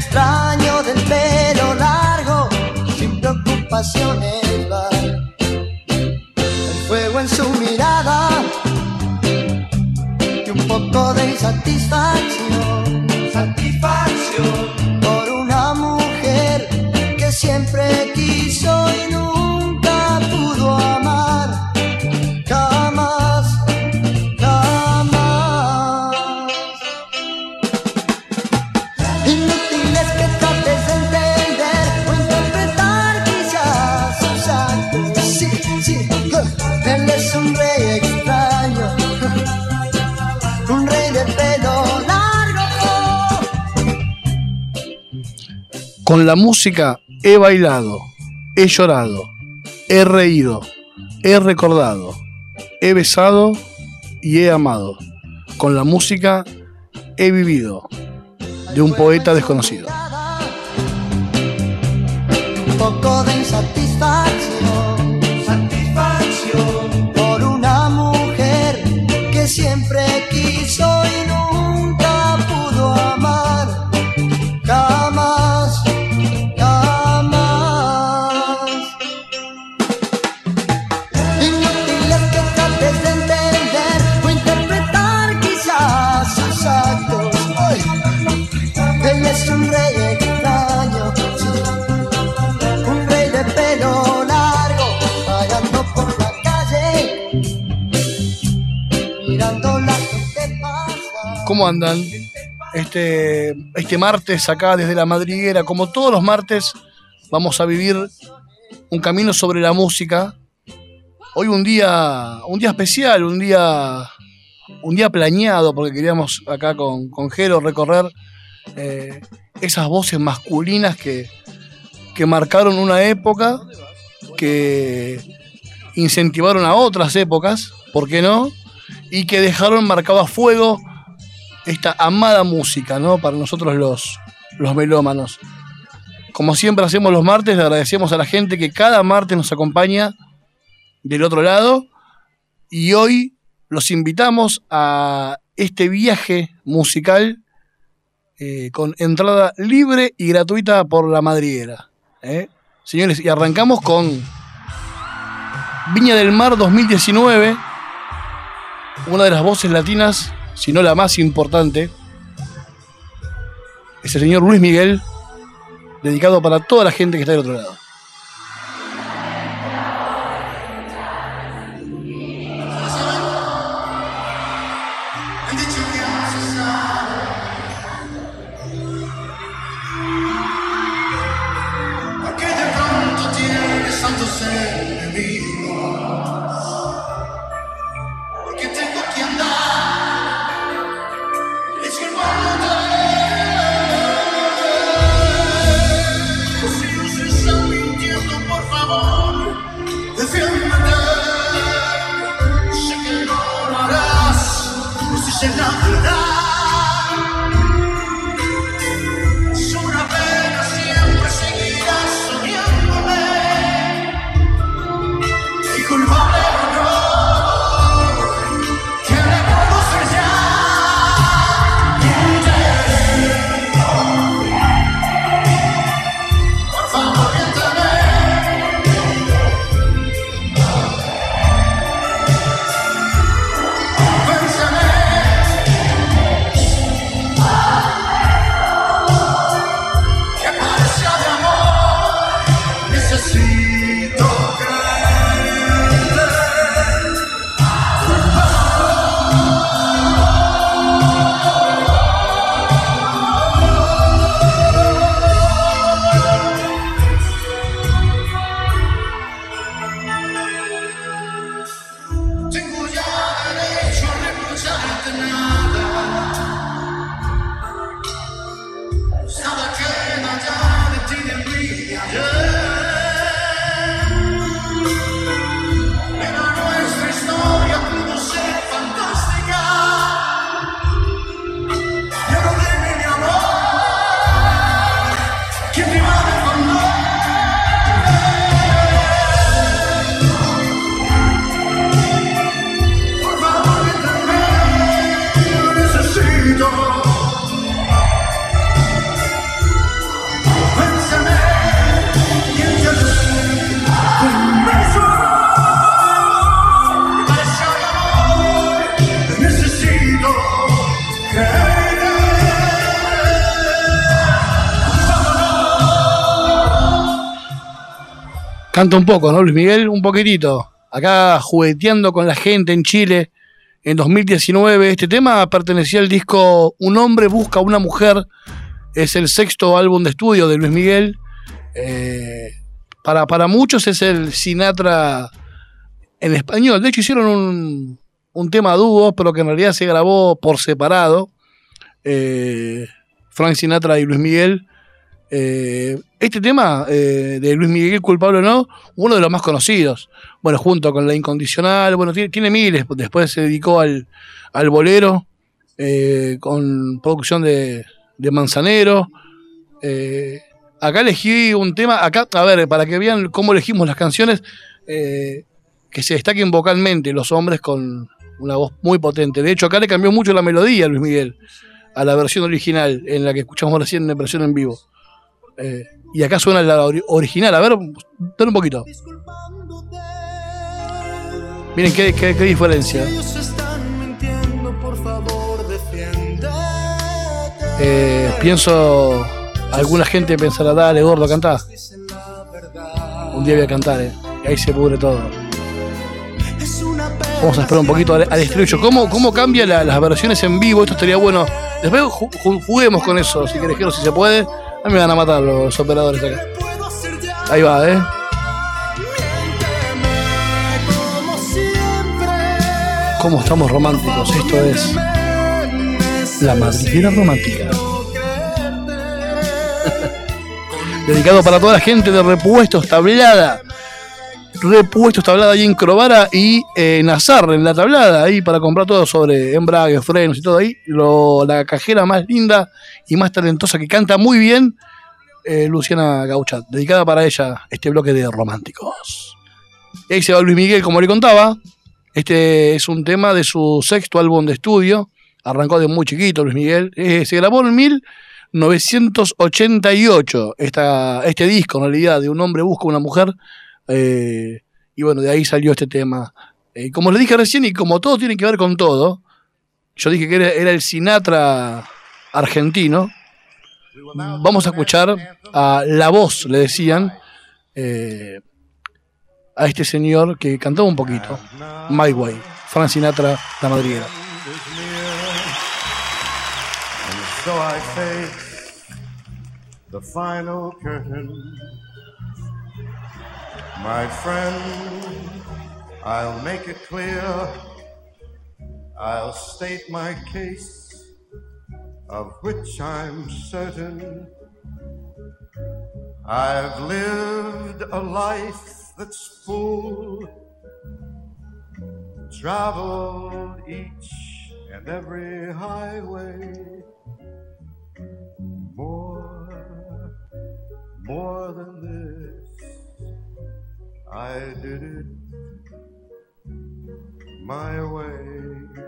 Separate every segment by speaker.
Speaker 1: extraño del pelo largo, sin preocupaciones va. El fuego en su mirada y un poco de insatisfacción. Satisfacción por una mujer que siempre quiso y nunca pudo amar. Jamás, jamás. Inútil es que trates de entender o interpretar quizás sus actos. Sí, sí, él es un rey extraño, un rey de pelo largo.
Speaker 2: Con la música he bailado, he llorado, he reído, he recordado, he besado y he amado. Con la música he vivido. De un poeta desconocido.
Speaker 1: Un poco de insatisfacción, satisfacción por una mujer que siempre quiso y nunca pudo amar. Jamás, jamás. Inútil es que trates de entender o interpretar quizás sus actos. Ay. Él es un rey extraño, sí, un rey de pelo largo, vagando por la calle, mirando la gente pasar.
Speaker 2: ¿Cómo andan? Este martes acá desde La Madriguera, como todos los martes, vamos a vivir un camino sobre la música. Hoy un día especial, un día planeado, porque queríamos acá con Jero recorrer esas voces masculinas que marcaron una época, que incentivaron a otras épocas, ¿por qué no? Y que dejaron marcado a fuego esta amada música, ¿no? Para nosotros los melómanos. Como siempre hacemos los martes, le agradecemos a la gente que cada martes nos acompaña del otro lado, y hoy los invitamos a este viaje musical con entrada libre y gratuita por La Madriguera. Señores, y arrancamos con Viña del Mar 2019, una de las voces latinas, si no la más importante, es el señor Luis Miguel, dedicado para toda la gente que está del otro lado.
Speaker 3: Show me
Speaker 2: Canta un poco, ¿no, Luis Miguel? Un poquitito. Acá jugueteando con la gente en Chile en 2019. Este tema pertenecía al disco Un hombre busca a una mujer. Es el 6º álbum de estudio de Luis Miguel. Para muchos es el Sinatra en español. De hecho hicieron un tema dúo, pero que en realidad se grabó por separado. Frank Sinatra y Luis Miguel. Este tema de Luis Miguel, culpable o no, uno de los más conocidos. Bueno, junto con La Incondicional, bueno, tiene miles. Después se dedicó al bolero, con producción de Manzanero. Acá elegí un tema, acá, a ver, para que vean cómo elegimos las canciones, que se destaquen vocalmente los hombres con una voz muy potente. De hecho, acá le cambió mucho la melodía a Luis Miguel, a la versión original, en la que escuchamos recién en la versión en vivo. Y acá suena la original. A ver, dale un poquito. Miren qué diferencia. Pienso, alguna gente pensará, dale gordo, cantá. Un día voy a cantar, y ahí se pudre todo. Vamos a esperar un poquito al estribillo. ¿Cómo cambia las versiones en vivo? Esto estaría bueno. Después juguemos con eso, si querés, si se puede. A mí me van a matar los operadores acá. Ahí va, ¿Cómo estamos románticos? Esto es La Madriguera Romántica. Dedicado para toda la gente de Repuestos Tablada. Repuestos Tablada ahí en Crovara y Nazar en la Tablada, ahí para comprar todo sobre embrague, frenos y todo ahí. La cajera más linda y más talentosa, que canta muy bien, Luciana Gauchat. Dedicada para ella este bloque de románticos. Y ahí se va Luis Miguel, como le contaba. Este es un tema de su 6º álbum de estudio. Arrancó de muy chiquito Luis Miguel. Se grabó en 1988 este disco, en realidad, de Un hombre busca a una mujer. Y bueno, de ahí salió este tema. Como le dije recién, y como todo tiene que ver con todo, yo dije que era el Sinatra argentino. Vamos a escuchar a La Voz, le decían, a este señor que cantaba un poquito, My Way, Frank Sinatra, La Madriguera.
Speaker 3: So I face the final curtain. My friend, I'll make it clear. I'll state my case, of which I'm certain. I've lived a life that's full, traveled each and every highway. More than this, I did it my way.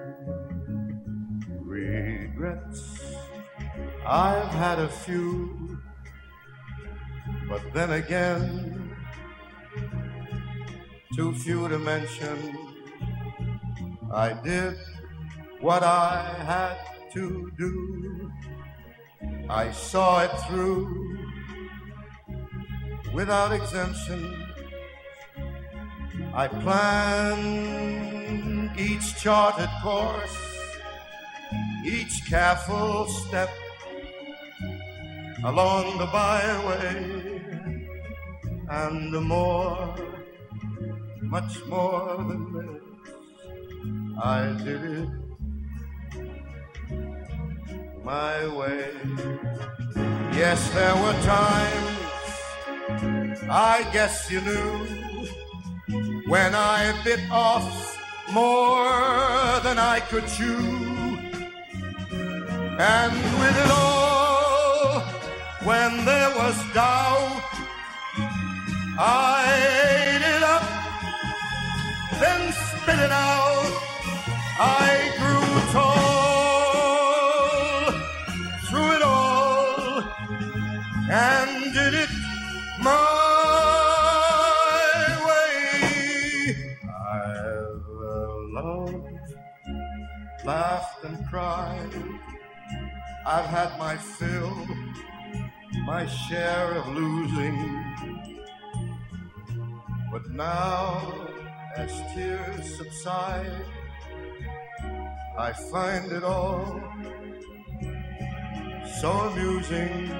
Speaker 3: Regrets, I've had a few, but then again, too few to mention. I did what I had to do. I saw it through without exemption. I planned each charted course, each careful step along the byway, and more, much more than this, I did it my way. Yes, there were times, I guess you knew, when I bit off more than I could chew. And with it all, when there was doubt, I ate it up, then spit it out. I grew tall through it all and did it my laughed and cried. I've had my fill, my share of losing. But now, as tears subside, I find it all so amusing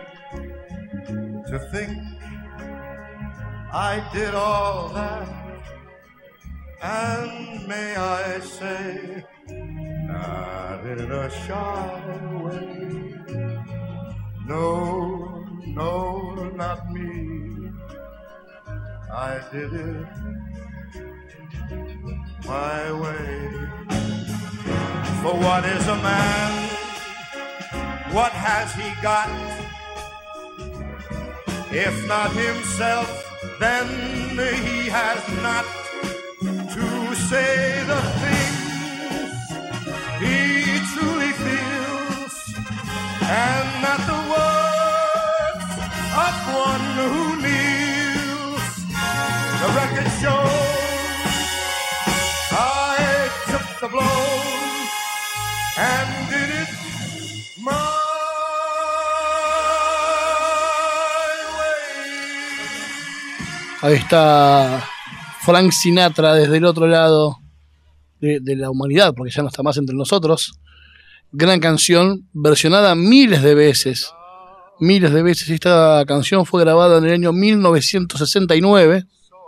Speaker 3: to think I did all that, and may I say, not in a shy way. No, no, not me. I did it my way. For what is a man? What has he got? If not himself, then he has not to say the things he truly feels, and not the words of one who kneels. The record shows I took the blows and did it my way.
Speaker 2: Ahí está Frank Sinatra desde el otro lado de la humanidad, porque ya no está más entre nosotros. Gran canción, versionada miles de veces. Miles de veces. Esta canción fue grabada en el año 1969.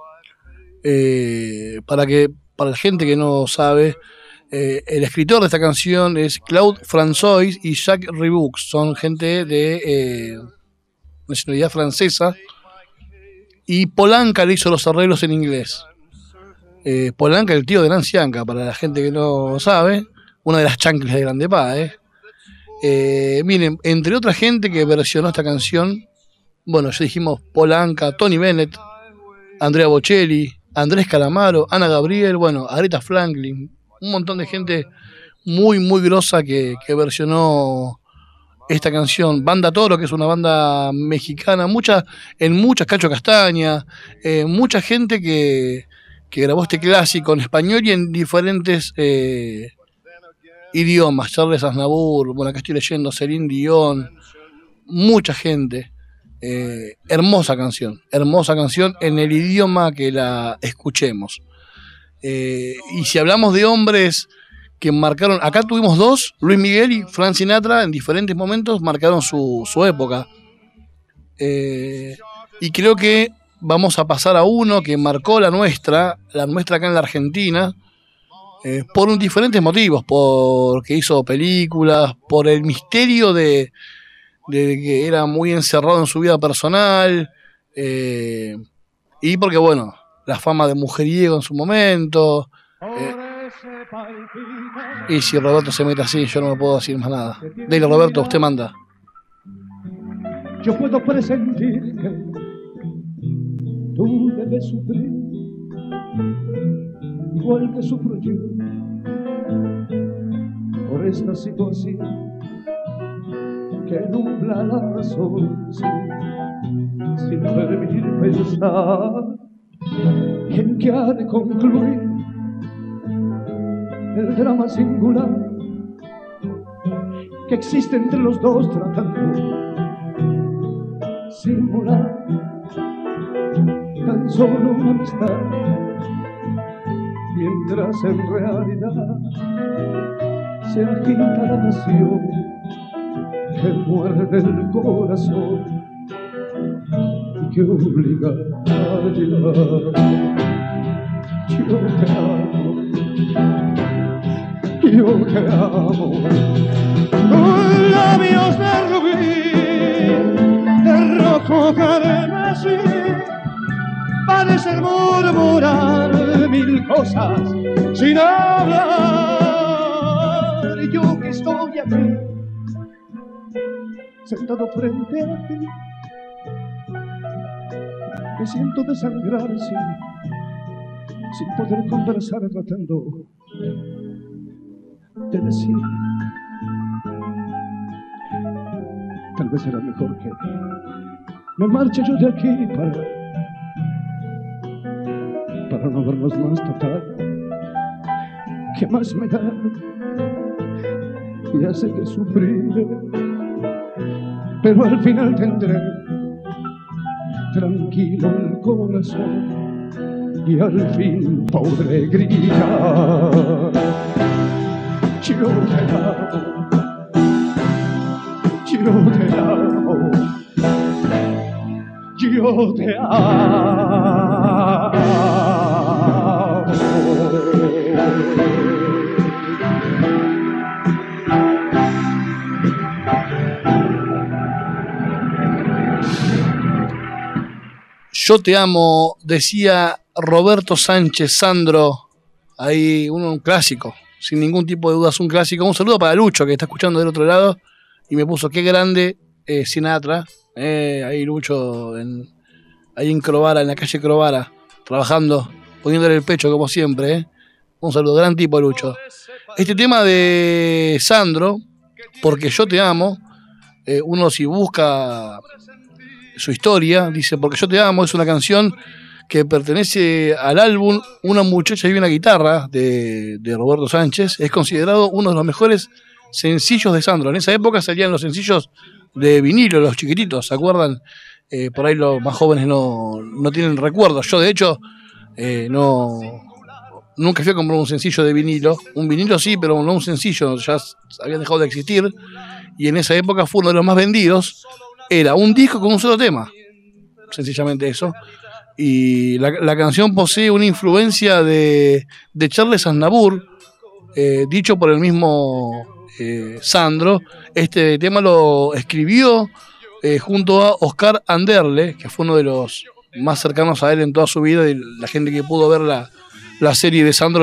Speaker 2: Para la gente que no sabe, el escritor de esta canción es Claude François y Jacques Ribux. Son gente de nacionalidad francesa. Y Polanca le hizo los arreglos en inglés. Polanca, el tío de Nancy Anca, para la gente que no sabe, una de las chanclas de Grande Pa. Miren, entre otra gente que versionó esta canción, bueno, ya dijimos Polanca, Tony Bennett, Andrea Bocelli, Andrés Calamaro, Ana Gabriel, bueno, Aretha Franklin, un montón de gente muy, muy grosa que versionó esta canción. Banda Toro, que es una banda mexicana, muchas Cacho Castaña, mucha gente que grabó este clásico en español y en diferentes idiomas. Charles Aznavour, bueno, acá estoy leyendo, Celine Dion, mucha gente. Hermosa canción en el idioma que la escuchemos. Y si hablamos de hombres que marcaron, acá tuvimos dos, Luis Miguel y Frank Sinatra, en diferentes momentos marcaron su época. Y creo que vamos a pasar a uno que marcó la nuestra acá en la Argentina, por diferentes motivos, porque hizo películas, por el misterio de que era muy encerrado en su vida personal, y porque, bueno, la fama de mujeriego en su momento. Y si Roberto se mete así, yo no me puedo decir más nada. Dile, Roberto, usted manda.
Speaker 4: Yo puedo presentir que tú debes sufrir igual que sufro yo por esta situación que nubla la razón, sin permitir pensar en que ha de concluir el drama singular que existe entre los dos, tratando simular tan solo una amistad, mientras en realidad se agita la pasión que muerde el corazón y que obliga a llegar. Yo te amo, yo te amo, con labios de rubí, de rojo carmesí, parece murmurar mil cosas sin hablar. Yo que estoy aquí, sentado frente a ti, me siento desangrar sin poder conversar, tratando de decir, tal vez será mejor que me marche yo de aquí para no vernos más, total. ¿Qué más me da? Ya sé que sufriré, pero al final tendré tranquilo el corazón y al fin podré gritar. Yo te amo, yo te amo, yo te amo.
Speaker 2: Yo te amo, decía Roberto Sánchez, Sandro, ahí un clásico, sin ningún tipo de dudas, un clásico. Un saludo para Lucho, que está escuchando del otro lado, y me puso qué grande Sinatra, ahí Lucho, ahí en Crovara, en la calle Crovara, trabajando, poniéndole el pecho como siempre. Un saludo, gran tipo Lucho. Este tema de Sandro, Porque yo te amo, uno si busca su historia, dice Porque yo te amo, es una canción que pertenece al álbum Una muchacha y una guitarra de Roberto Sánchez. Es considerado uno de los mejores sencillos de Sandro. En esa época salían los sencillos de vinilo, los chiquititos, ¿se acuerdan? Por ahí los más jóvenes no tienen recuerdos. Yo de hecho nunca fui a comprar un sencillo de vinilo. Un vinilo sí, pero no un sencillo, ya habían dejado de existir. Y en esa época fue uno de los más vendidos. Era un disco con un solo tema, sencillamente eso. Y la canción posee una influencia de Charles Aznavour, dicho por el mismo Sandro. Este tema lo escribió junto a Oscar Anderle, que fue uno de los más cercanos a él en toda su vida, y la gente que pudo ver la serie de Sandro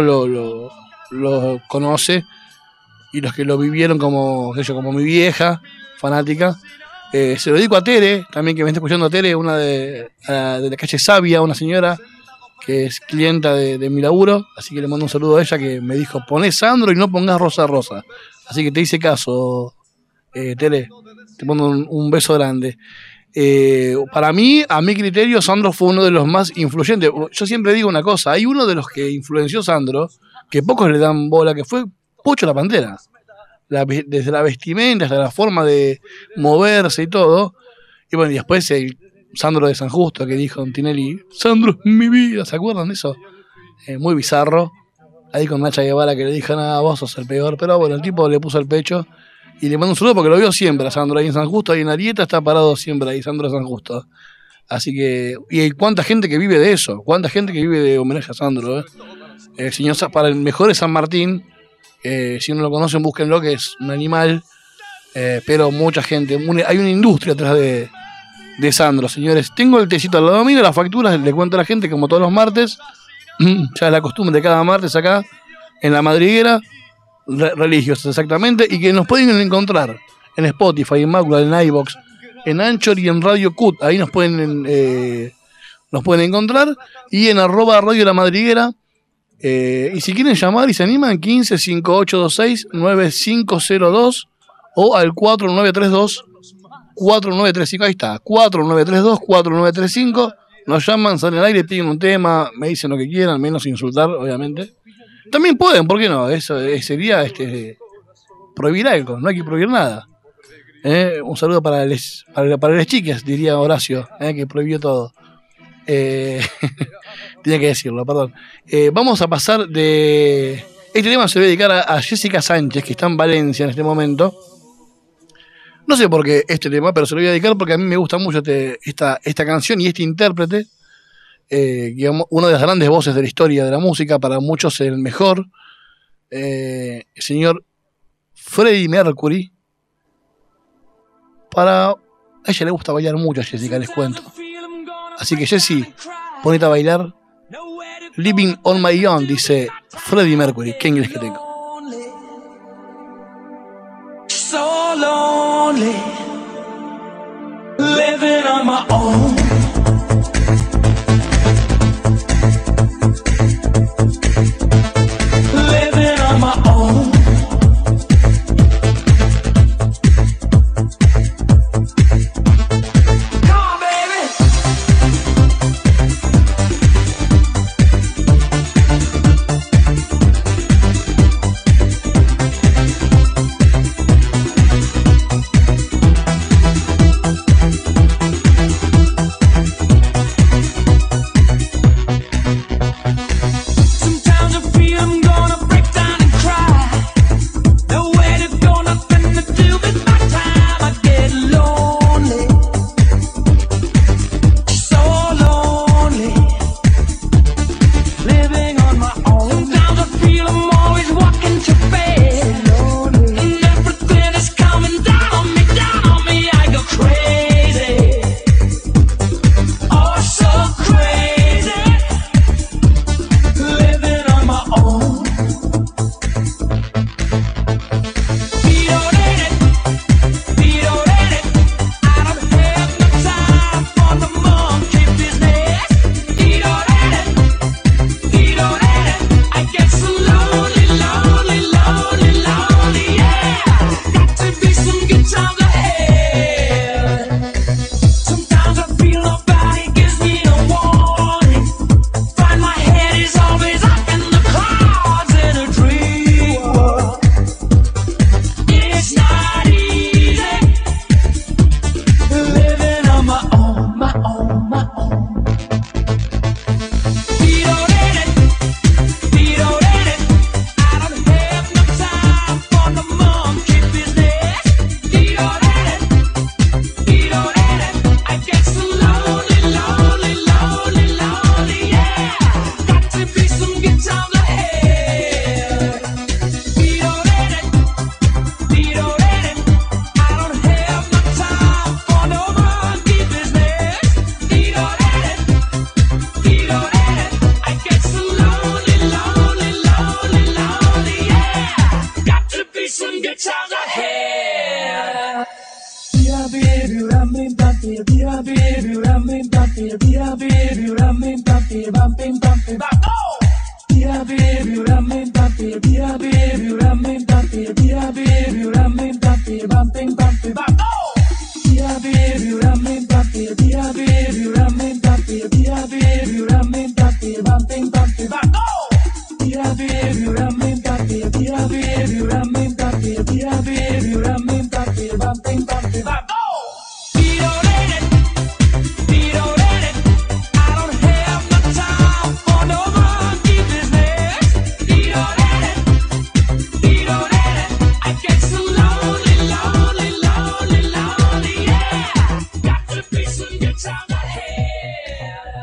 Speaker 2: lo conoce, y los que lo vivieron como mi vieja fanática. Se lo dedico a Tere, también, que me está escuchando. Tere, una de la calle Sabia, una señora que es clienta de mi laburo, así que le mando un saludo a ella, que me dijo, poné Sandro y no pongas Rosa Rosa. Así que te hice caso, Tere, te mando un beso grande. Para mí, a mi criterio, Sandro fue uno de los más influyentes. Yo siempre digo una cosa, hay uno de los que influenció Sandro, que pocos le dan bola, que fue Pocho la Pantera. Desde la vestimenta hasta la forma de moverse y todo. Y bueno, y después el Sandro de San Justo, que dijo Tinelli, Sandro es mi vida, ¿se acuerdan de eso? Muy bizarro. Ahí con Nacha Guevara, que le dijo, nada, vos sos el peor. Pero bueno, el tipo le puso el pecho. Y le mando un saludo porque lo veo siempre a Sandro ahí en San Justo. Ahí en Arieta está parado siempre ahí, Sandro de San Justo. Así que, y hay cuánta gente que vive de eso, cuánta gente que vive de homenaje a Sandro. El señor, para el mejor de San Martín, si no lo conocen, búsquenlo, que es un animal, pero mucha gente, hay una industria atrás de Sandro, señores. Tengo el tecito al lado mío, las facturas, le cuento a la gente, como todos los martes, ya es la costumbre de cada martes acá, en La Madriguera, religiosos exactamente, y que nos pueden encontrar en Spotify, en Macula, en iVoox, en Anchor y en Radio Cut. Ahí nos pueden encontrar, y en @Radio La Madriguera. Y si quieren llamar y se animan, 15 5826 9502 o al 4932 4935. Ahí está, 4932 4935. Nos llaman, salen al aire, piden un tema, me dicen lo que quieran, menos insultar, obviamente. También pueden, ¿por qué no? Eso sería prohibir algo, no hay que prohibir nada. Un saludo para les chiques, diría Horacio, que prohibió todo. Tenía que decirlo, perdón. Vamos a pasar de... Este tema se lo voy a dedicar a Jessica Sánchez, que está en Valencia en este momento. No sé por qué este tema, pero se lo voy a dedicar porque a mí me gusta mucho esta canción y este intérprete, una de las grandes voces de la historia de la música, para muchos el mejor, el señor Freddie Mercury. A ella le gusta bailar mucho, a Jessica, les cuento. Así que, Jessy, ponete a bailar. Living on my own, dice Freddie Mercury. ¿Qué inglés que tengo?
Speaker 5: So lonely, living on my own. Living on my own.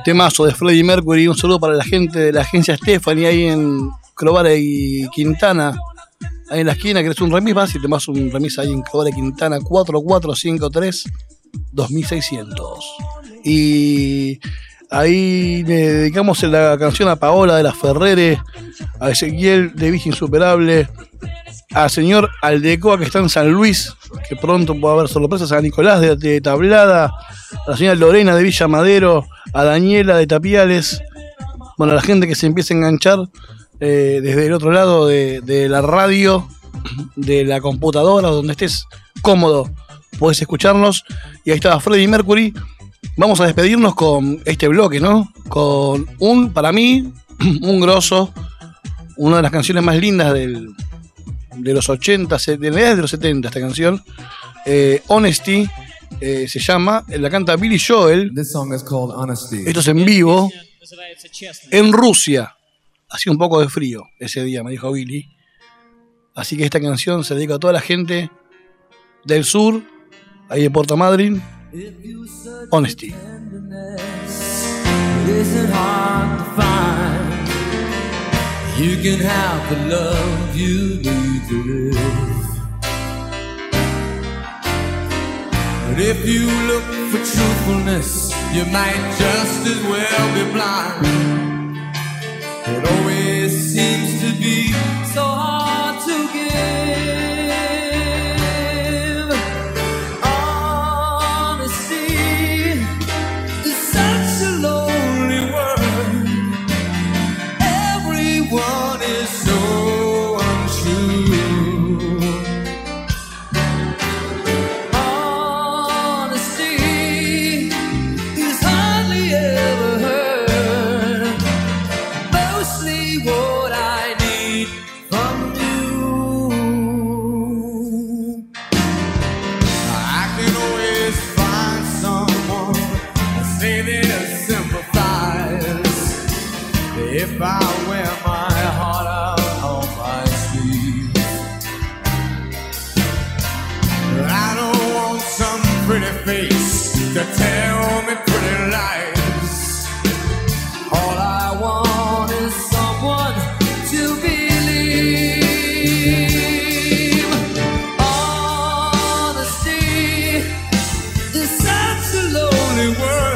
Speaker 2: Temazo de Freddie Mercury. Un saludo para la gente de la agencia Stephanie ahí en Clovara y Quintana, ahí en la esquina. ¿Querés un remis? Vas y te vas un remis ahí en Clovara y Quintana, 4453-2600. Y ahí le dedicamos la canción a Paola de la Ferrere, a Ezequiel de Villa Insuperable, al señor Aldecoa que está en San Luis, que pronto puede haber sorpresas, a Nicolás de Tablada, a la señora Lorena de Villa Madero, a Daniela de Tapiales. Bueno, a la gente que se empieza a enganchar desde el otro lado de la radio, de la computadora, donde estés cómodo, podés escucharnos. Y ahí estaba Freddie Mercury. Vamos a despedirnos con este bloque, ¿no? Con para mí, un grosso, una de las canciones más lindas de los 80, de los 70, esta canción. Honesty se llama, la canta Billy Joel.
Speaker 6: This song is called Honesty.
Speaker 2: Esto es en vivo, en Rusia. Hacía un poco de frío ese día, me dijo Billy. Así que esta canción se dedica a toda la gente del sur, ahí de Puerto Madryn. Honesty.
Speaker 5: It isn't hard to find. You can have the love you need to live. But if you look for truthfulness, you might just as well be blind. It always seems to be so hard to give. If I wear my heart out on my sleeve, I don't want some pretty face to tell me pretty lies. All I want is someone to believe. Honesty is such a lonely word.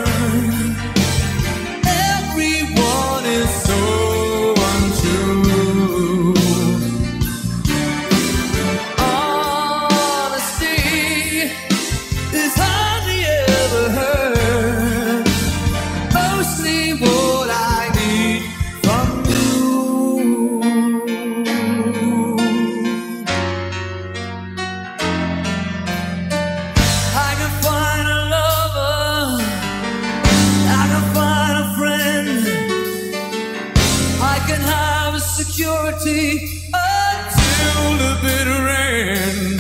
Speaker 5: Until the bitter end,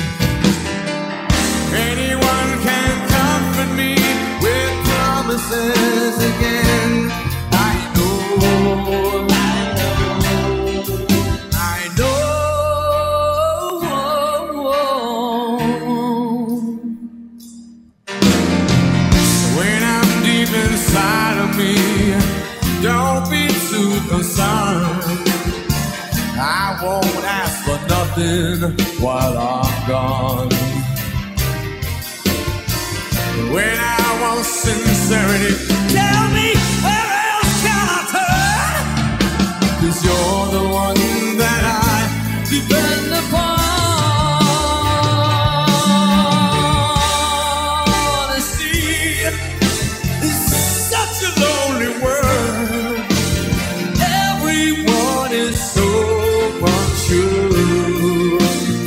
Speaker 5: anyone can comfort me with promises again. I know. When I'm deep inside of me, don't be too concerned. I won't ask for nothing while I'm gone. When I want sincerity, tell me where else can I turn? 'Cause you're the one that I depend upon. Honesty is such a lonely world. Everyone is so true.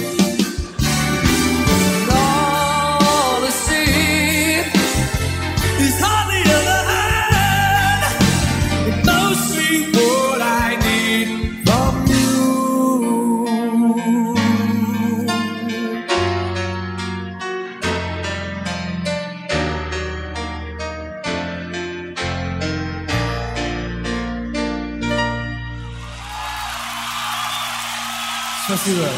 Speaker 5: Honesty is hardly ever heard. It's mostly what I need from you. Спасибо.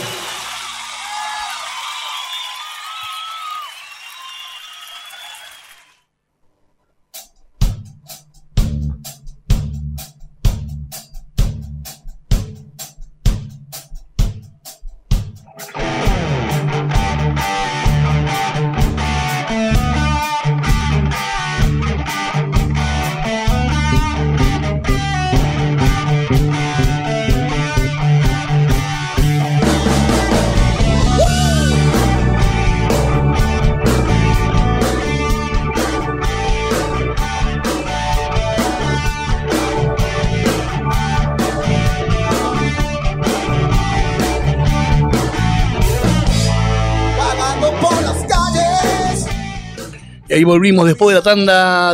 Speaker 2: Y ahí volvimos después de la tanda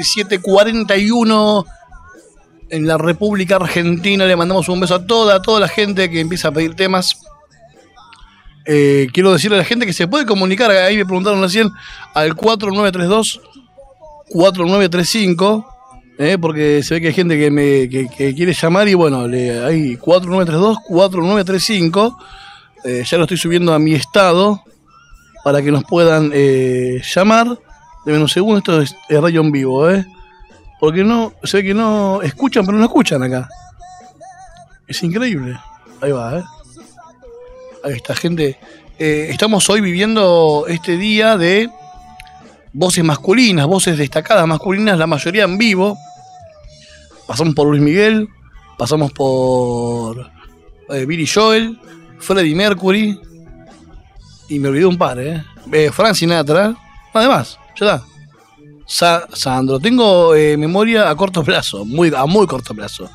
Speaker 2: 17:41 en la República Argentina. Le mandamos un beso a toda la gente que empieza a pedir temas. Quiero decirle a la gente que se puede comunicar, ahí me preguntaron recién, al 4935, porque se ve que hay gente que quiere llamar y bueno, hay 4935, ya lo estoy subiendo a mi estado para que nos puedan llamar. Deme un segundo, esto es radio en vivo, porque no, se ve que no escuchan, pero no escuchan acá. Es increíble. Ahí va, Ahí está, gente. Estamos hoy viviendo este día de voces masculinas, voces destacadas masculinas, la mayoría en vivo. Pasamos por Luis Miguel, pasamos por Billy Joel, Freddie Mercury, y me olvidé un par, Frank Sinatra, además, ya está. Sandro, tengo memoria a corto plazo, a muy corto plazo.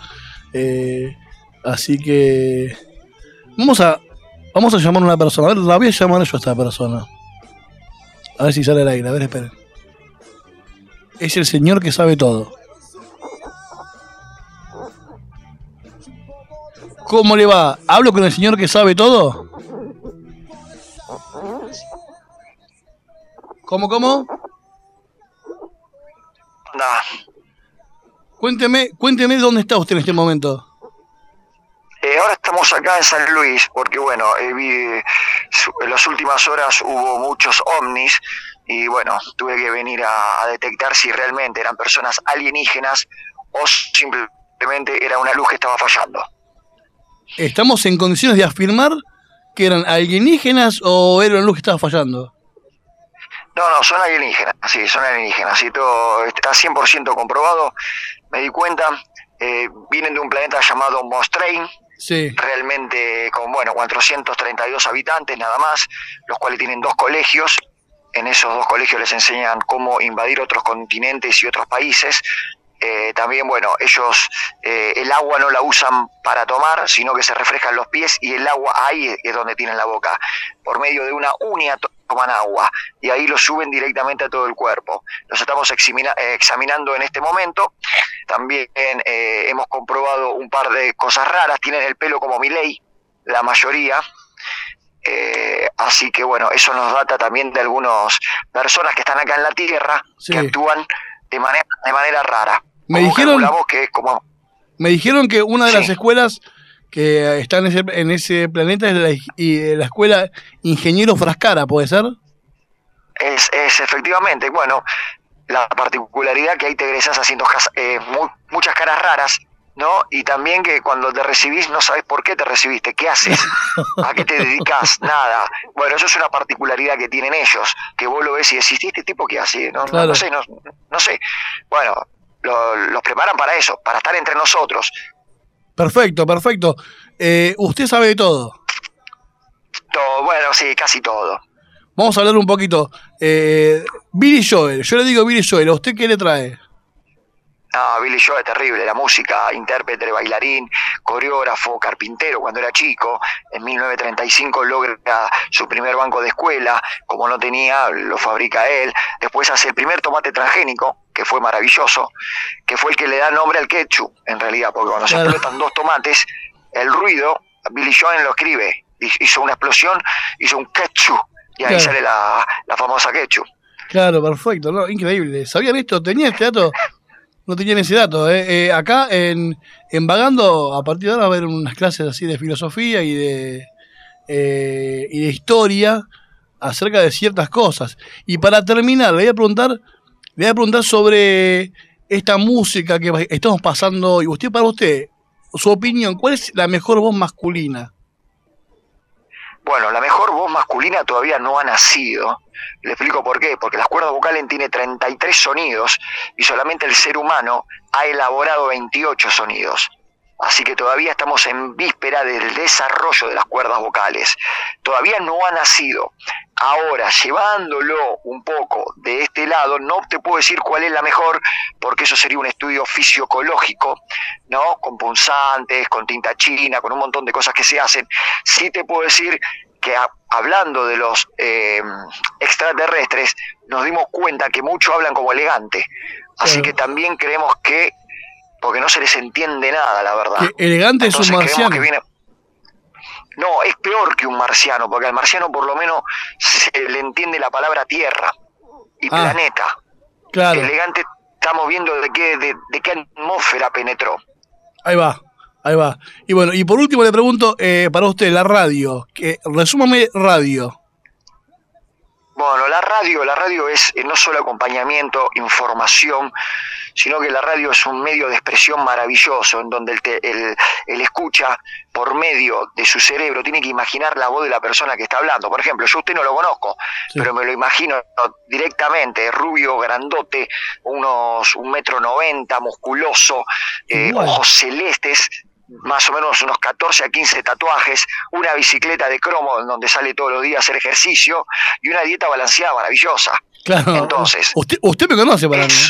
Speaker 2: Así que vamos a llamar a una persona. A ver, la voy a llamar yo a esta persona. A ver si sale al aire. A ver, esperen. Es el señor que sabe todo. ¿Cómo le va? ¿Hablo con el señor que sabe todo? ¿Cómo?
Speaker 6: Nah.
Speaker 2: Cuénteme dónde está usted en este momento.
Speaker 6: Ahora estamos acá en San Luis, porque bueno, en las últimas horas hubo muchos ovnis y bueno, tuve que venir a detectar si realmente eran personas alienígenas o simplemente era una luz que estaba fallando.
Speaker 2: ¿Estamos en condiciones de afirmar que eran alienígenas o era una luz que estaba fallando?
Speaker 6: No, son alienígenas, sí, son alienígenas, y todo está 100% comprobado. Me di cuenta, vienen de un planeta llamado Mostrain.
Speaker 2: Sí.
Speaker 6: Realmente con 432 habitantes nada más, los cuales tienen 2 colegios. En esos 2 colegios les enseñan cómo invadir otros continentes y otros países. También, ellos el agua no la usan para tomar, sino que se refrescan los pies y el agua ahí es donde tienen la boca. Por medio de una uña toman agua y ahí lo suben directamente a todo el cuerpo. Los estamos examinando en este momento. También hemos comprobado un par de cosas raras. Tienen el pelo como Milei, la mayoría. Así que eso nos data también de algunas personas que están acá en la Tierra, sí, que actúan de manera rara.
Speaker 2: Me dijeron que una de las escuelas que está en ese planeta es la escuela Ingeniero Frascara, ¿puede ser?
Speaker 6: Es efectivamente, la particularidad que ahí te egresas haciendo muchas caras raras, ¿no? Y también que cuando te recibís no sabes por qué te recibiste, qué haces, a qué te dedicas, nada. Eso es una particularidad que tienen ellos, que vos lo ves y decís, ¿este tipo qué hace? No sé. Los preparan para eso, para estar entre nosotros.
Speaker 2: Perfecto. ¿Usted sabe de todo?
Speaker 6: Todo, sí, casi todo.
Speaker 2: Vamos a hablar un poquito. Billy Joel, yo le digo Billy Joel, ¿a usted qué le trae?
Speaker 6: No, Billy Joel es terrible, la música, intérprete, bailarín, coreógrafo, carpintero cuando era chico. En 1935 logra su primer banco de escuela, como no tenía, lo fabrica él. Después hace el primer tomate transgénico, que fue maravilloso, que fue el que le da nombre al ketchup, en realidad, porque cuando se explotan 2 tomates, el ruido, Billy Joel lo escribe, hizo una explosión, hizo un ketchup, y ahí sale la famosa ketchup.
Speaker 2: Claro, perfecto, ¿no? Increíble. ¿Sabían esto? ¿Tenían este dato? No tenían ese dato. Acá en Vagando, a partir de ahora va a haber unas clases así de filosofía y de historia acerca de ciertas cosas. Y para terminar, le voy a preguntar sobre esta música que estamos pasando. Y para usted, su opinión, ¿cuál es la mejor voz masculina?
Speaker 6: La mejor voz masculina todavía no ha nacido. Le explico por qué. Porque las cuerdas vocales tienen 33 sonidos y solamente el ser humano ha elaborado 28 sonidos. Así que todavía estamos en víspera del desarrollo de las cuerdas vocales. Todavía no ha nacido. Ahora, llevándolo un poco de este lado, no te puedo decir cuál es la mejor, porque eso sería un estudio fisiológico, ¿no? Con punzantes, con tinta china, con un montón de cosas que se hacen. Sí te puedo decir que hablando de los extraterrestres, nos dimos cuenta que muchos hablan como elegante. Así que también creemos que, porque no se les entiende nada, la verdad.
Speaker 2: Que elegante entonces, es un marciano.
Speaker 6: No, es peor que un marciano, porque al marciano por lo menos se le entiende la palabra tierra y planeta.
Speaker 2: Claro.
Speaker 6: Elegante, estamos viendo de qué atmósfera penetró.
Speaker 2: Ahí va. Y bueno, y por último le pregunto, para usted, la radio, resúmame radio.
Speaker 6: Bueno, la radio es no solo acompañamiento, información, sino que la radio es un medio de expresión maravilloso, en donde el escucha, por medio de su cerebro, tiene que imaginar la voz de la persona que está hablando. Por ejemplo, yo a usted no lo conozco, pero me lo imagino directamente, rubio, grandote, unos 1,90 m, musculoso, ojos celestes, más o menos unos 14 a 15 tatuajes, una bicicleta de cromo en donde sale todos los días a hacer ejercicio y una dieta balanceada maravillosa.
Speaker 2: Claro.
Speaker 6: Entonces,
Speaker 2: usted me conoce para mí.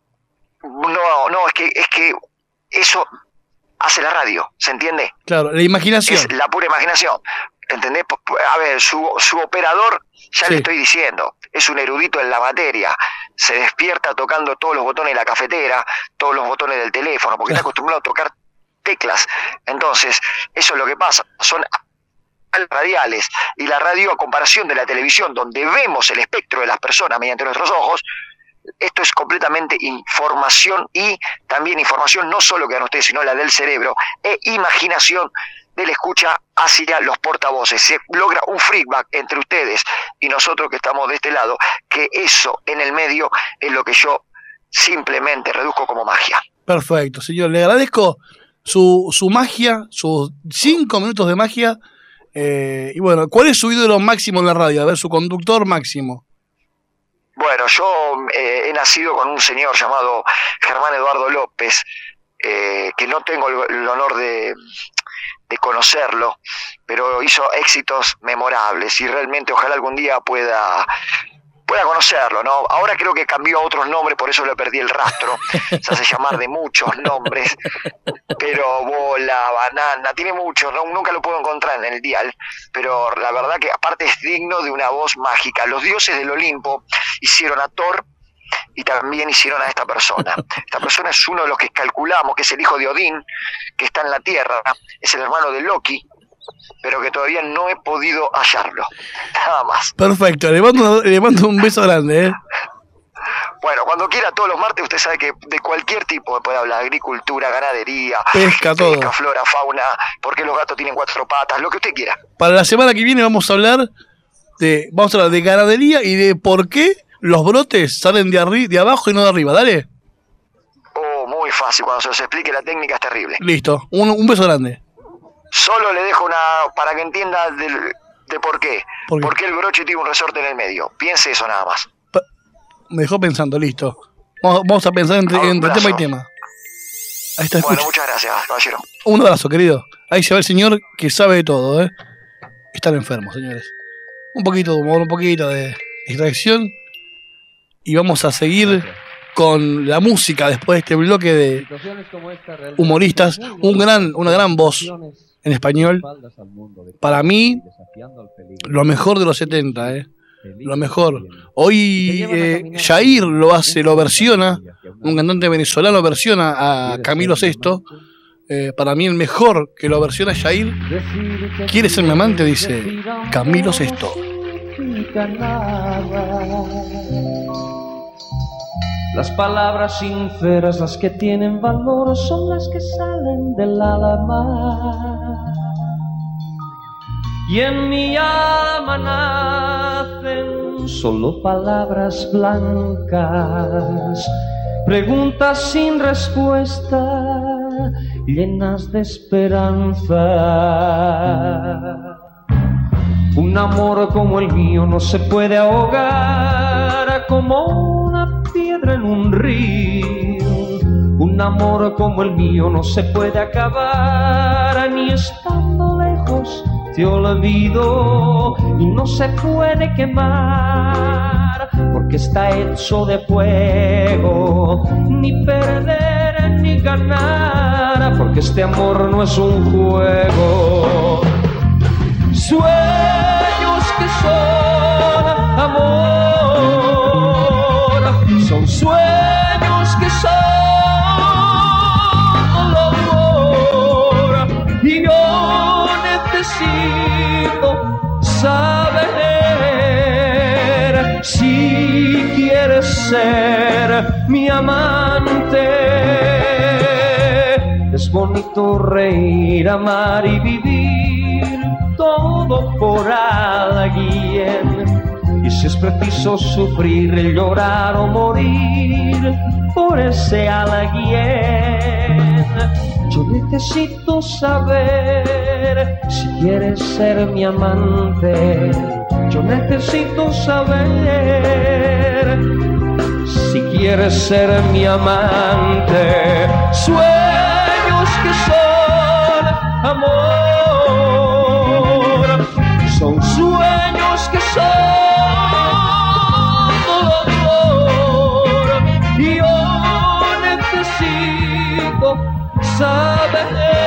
Speaker 6: No, es que eso hace la radio, ¿se entiende?
Speaker 2: Claro, la imaginación.
Speaker 6: Es la pura imaginación, ¿entendés? A ver, su operador, ya le estoy diciendo, es un erudito en la materia, se despierta tocando todos los botones de la cafetera, todos los botones del teléfono, porque está acostumbrado a tocar teclas. Entonces, eso es lo que pasa, son radiales, y la radio, a comparación de la televisión, donde vemos el espectro de las personas mediante nuestros ojos, esto es completamente información, y también información no solo que dan ustedes, sino la del cerebro, e imaginación del escucha hacia los portavoces. Se logra un feedback entre ustedes y nosotros que estamos de este lado, que eso en el medio es lo que yo simplemente reduzco como magia.
Speaker 2: Perfecto, señor, le agradezco su magia, sus 5 minutos de magia. Y bueno, ¿cuál es su ídolo máximo en la radio? A ver, su conductor máximo.
Speaker 6: Bueno, yo he nacido con un señor llamado Germán Eduardo López, que no tengo el honor de conocerlo, pero hizo éxitos memorables y realmente ojalá algún día pueda conocerlo, ¿no? Ahora creo que cambió a otros nombres, por eso le perdí el rastro. Se hace llamar de muchos nombres, pero bola, banana, tiene muchos, ¿no? Nunca lo puedo encontrar en el dial, pero la verdad que aparte es digno de una voz mágica. Los dioses del Olimpo hicieron a Thor y también hicieron a esta persona. Esta persona es uno de los que calculamos que es el hijo de Odín, que está en la Tierra, es el hermano de Loki, pero que todavía no he podido hallarlo. Nada más.
Speaker 2: Perfecto, le mando un beso grande,
Speaker 6: Bueno, cuando quiera, todos los martes, usted sabe que de cualquier tipo puede hablar: agricultura, ganadería,
Speaker 2: pesca, todo.
Speaker 6: Flora, fauna, porque los gatos tienen 4 patas, lo que usted quiera.
Speaker 2: Para la semana que viene vamos a hablar de ganadería y de por qué los brotes salen de abajo y no de arriba. Dale.
Speaker 6: Oh, muy fácil, cuando se los explique la técnica es terrible.
Speaker 2: Listo, un beso grande.
Speaker 6: Solo le dejo para que entienda de por qué. ¿Por qué el broche tiene un resorte en el medio? Piense eso nada más.
Speaker 2: Me dejó pensando, listo. Vamos a pensar entre tema y tema. Ahí está, escucha.
Speaker 6: Bueno, muchas gracias, caballero.
Speaker 2: Un abrazo, querido. Ahí se va el señor que sabe de todo, Están enfermos, señores. Un poquito de humor, un poquito de distracción. Y vamos a seguir con la música después de este bloque de humoristas. Una gran voz en español. Para mí, lo mejor de los 70, lo mejor. Hoy Jair lo versiona, un cantante venezolano versiona a Camilo Sesto. Para mí el mejor que lo versiona Jair. ¿Quieres ser mi amante? Dice Camilo Sesto.
Speaker 7: Las palabras sinceras, las que tienen valor, son las que salen del alma. Y en mi alma nacen solo palabras blancas, preguntas sin respuesta, llenas de esperanza. Un amor como el mío no se puede ahogar como una piedra en un río. Un amor como el mío no se puede acabar, ni estando lejos te olvido, y no se puede quemar porque está hecho de fuego. Ni perder ni ganar, porque este amor no es un juego. sueños que son amor, son sueños que son amor, y yo necesito saber si quieres ser mi amante. Es bonito reír, amar y vivir todo por alguien. Y si es preciso sufrir, llorar o morir por ese alguien. Yo necesito saber si quieres ser mi amante. Yo necesito saber si quieres ser mi amante. Sueños que son amor, son sueños que son amor, y yo necesito saber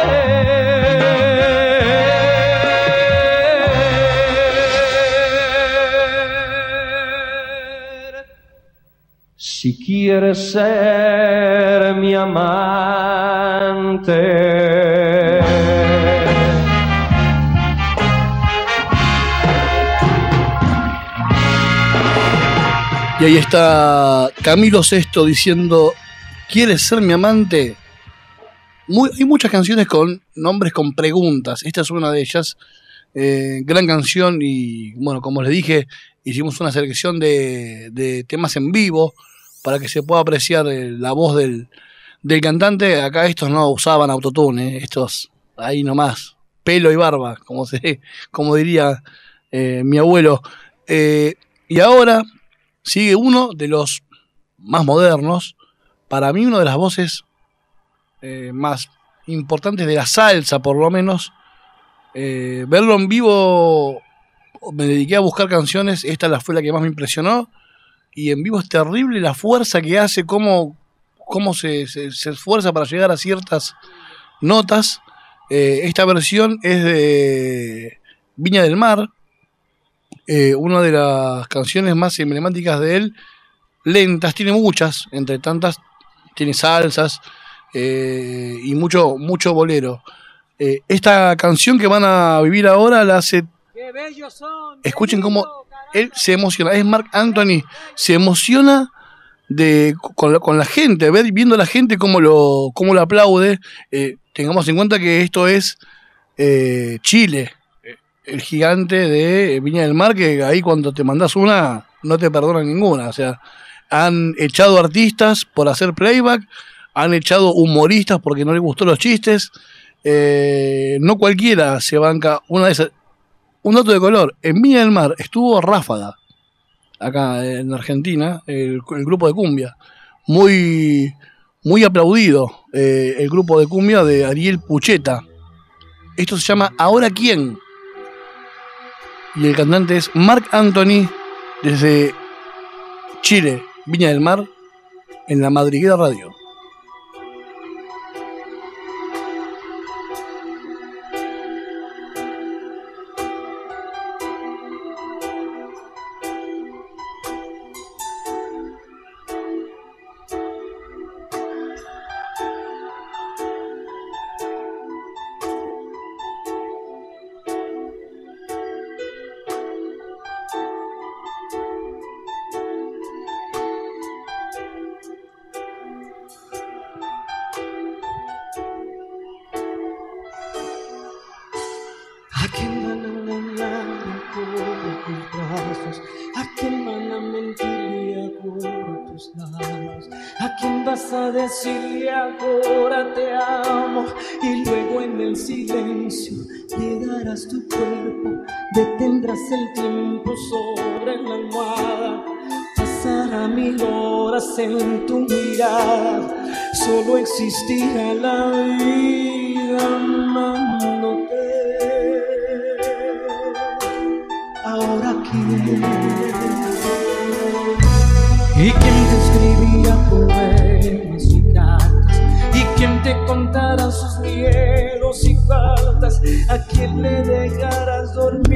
Speaker 7: si quieres ser mi amante.
Speaker 2: Y ahí está Camilo Sesto diciendo, ¿quieres ser mi amante? Hay muchas canciones con nombres con preguntas. Esta es una de ellas. Gran canción y, bueno, como les dije, hicimos una selección de temas en vivo para que se pueda apreciar la voz del cantante. Acá estos no usaban autotune, estos ahí nomás, pelo y barba, como diría mi abuelo. Y ahora sigue uno de los más modernos, para mí una de las voces más importantes de la salsa, por lo menos. Verlo en vivo, me dediqué a buscar canciones, esta fue la que más me impresionó, y en vivo es terrible la fuerza que hace, cómo se esfuerza para llegar a ciertas notas. Esta versión es de Viña del Mar, una de las canciones más emblemáticas de él, lentas, tiene muchas, entre tantas tiene salsas y mucho bolero. Esta canción que van a vivir ahora la hace... ¡Qué bellos son! Escuchen cómo él se emociona. Es Marc Anthony. Se emociona con la gente, viendo a la gente cómo lo aplaude. Tengamos en cuenta que esto es Chile, el gigante de Viña del Mar, que ahí cuando te mandás una, no te perdonan ninguna. O sea, han echado artistas por hacer playback, han echado humoristas porque no les gustó los chistes. No cualquiera se banca una de esas. Un dato de color, en Viña del Mar estuvo Ráfaga, acá en Argentina, el grupo de cumbia, muy aplaudido, el grupo de cumbia de Ariel Pucheta. Esto se llama Ahora Quién, y el cantante es Marc Anthony, desde Chile, Viña del Mar, en La Madriguera Radio.
Speaker 8: Decirle ahora te amo, y luego en el silencio le darás tu cuerpo, detendrás el tiempo sobre la almohada, pasará 1000 horas en tu mirada, solo existirá la vida amándote. Ahora quién, y quién te escribirá poemas y cartas, y quién te contará sus miedos y faltas, a quién le dejarás dormir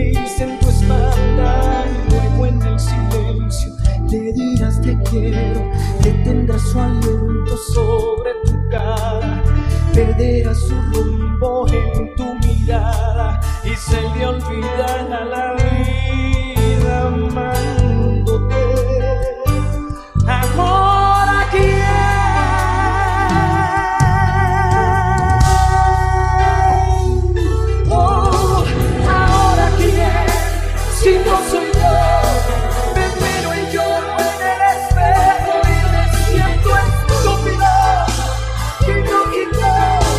Speaker 8: perderá su rumbo en tu mirada y se le olvidará la vida amándote. Ahora quién, oh, ahora quién, si no soy yo, me miro y lloro en el espejo y me siento estúpido y no quito,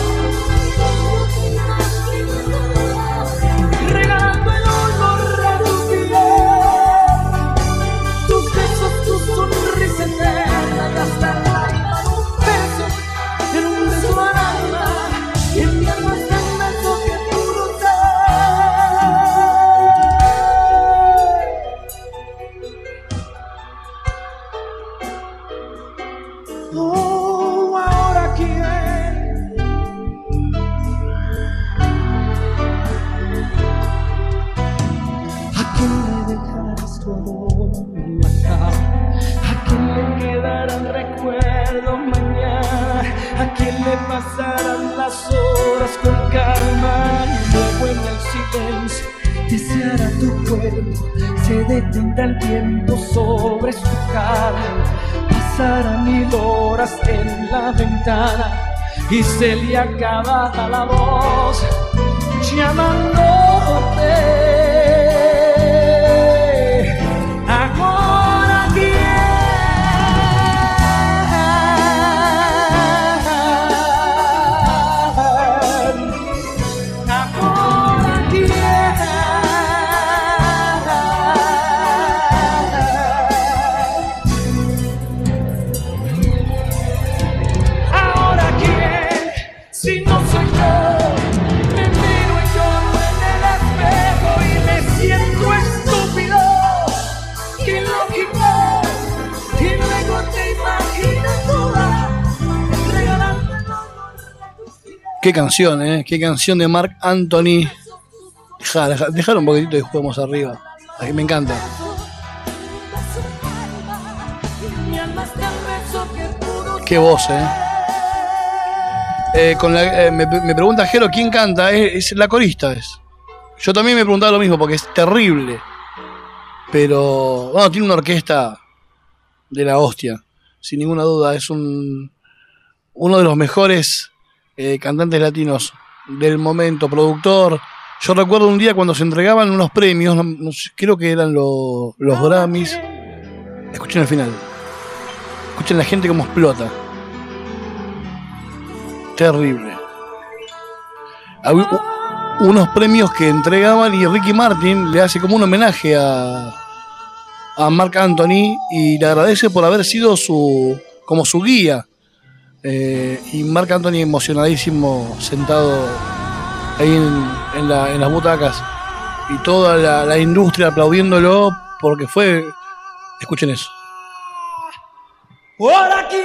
Speaker 8: regalando el olor a tu piel, tus besos, tu sonrisa eterna y hasta el alma en un beso al alma, y en mi alma está el beso que pudo ser. Oh, ahora quién, ¿a quién le dejarás tu amor en la cama? ¿A quién le quedará el recuerdo mañana? ¿A quién le pasarán las horas con calma? Y luego en el silencio deseará tu cuerpo, se detendrá el tiempo sobre su cara, pasará 1000 horas en la ventana y se le acabará la voz llamándote. Ahora quién, si no soy yo, me miro y lloro en el espejo y me siento estúpido y lógico, y luego te imaginas toda regalando el amor a tus pies.
Speaker 2: Qué canción, qué canción de Marc Anthony. Dejar un poquitito y juguemos arriba. A mí me encanta. Qué voz, me pregunta Jero quién canta. Es la corista, es. Yo también me preguntaba lo mismo porque es terrible. Pero bueno, tiene una orquesta de la hostia, sin ninguna duda. Es uno de los mejores cantantes latinos del momento, productor. Yo recuerdo un día cuando se entregaban unos premios, no sé, creo que eran los Grammys. Escuchen el final. Escuchen la gente cómo explota. Terrible. Había unos premios que entregaban y Ricky Martin le hace como un homenaje a Marc Anthony y le agradece por haber sido como su guía. Y Marc Anthony emocionadísimo sentado ahí en las butacas y toda la industria aplaudiéndolo porque fue. Escuchen eso.
Speaker 8: Ahora quién.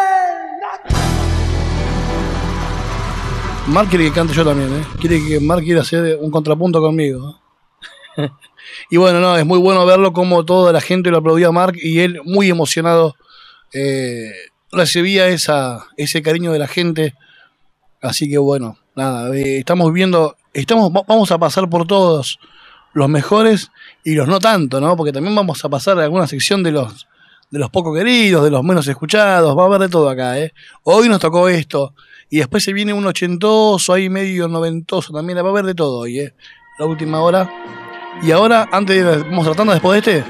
Speaker 2: Marc quiere que cante yo también, Marc quiere hacer un contrapunto conmigo. Y bueno, no, es muy bueno verlo como toda la gente lo aplaudía a Marc y él muy emocionado recibía ese cariño de la gente. Así que bueno, nada, vamos a pasar por todos los mejores y los no tanto, ¿no? Porque también vamos a pasar a alguna sección de los poco queridos, de los menos escuchados, va a haber de todo acá, Hoy nos tocó esto, y después se viene un ochentoso, ahí medio noventoso también, va a haber de todo hoy, la última hora. Y ahora, vamos tratando después de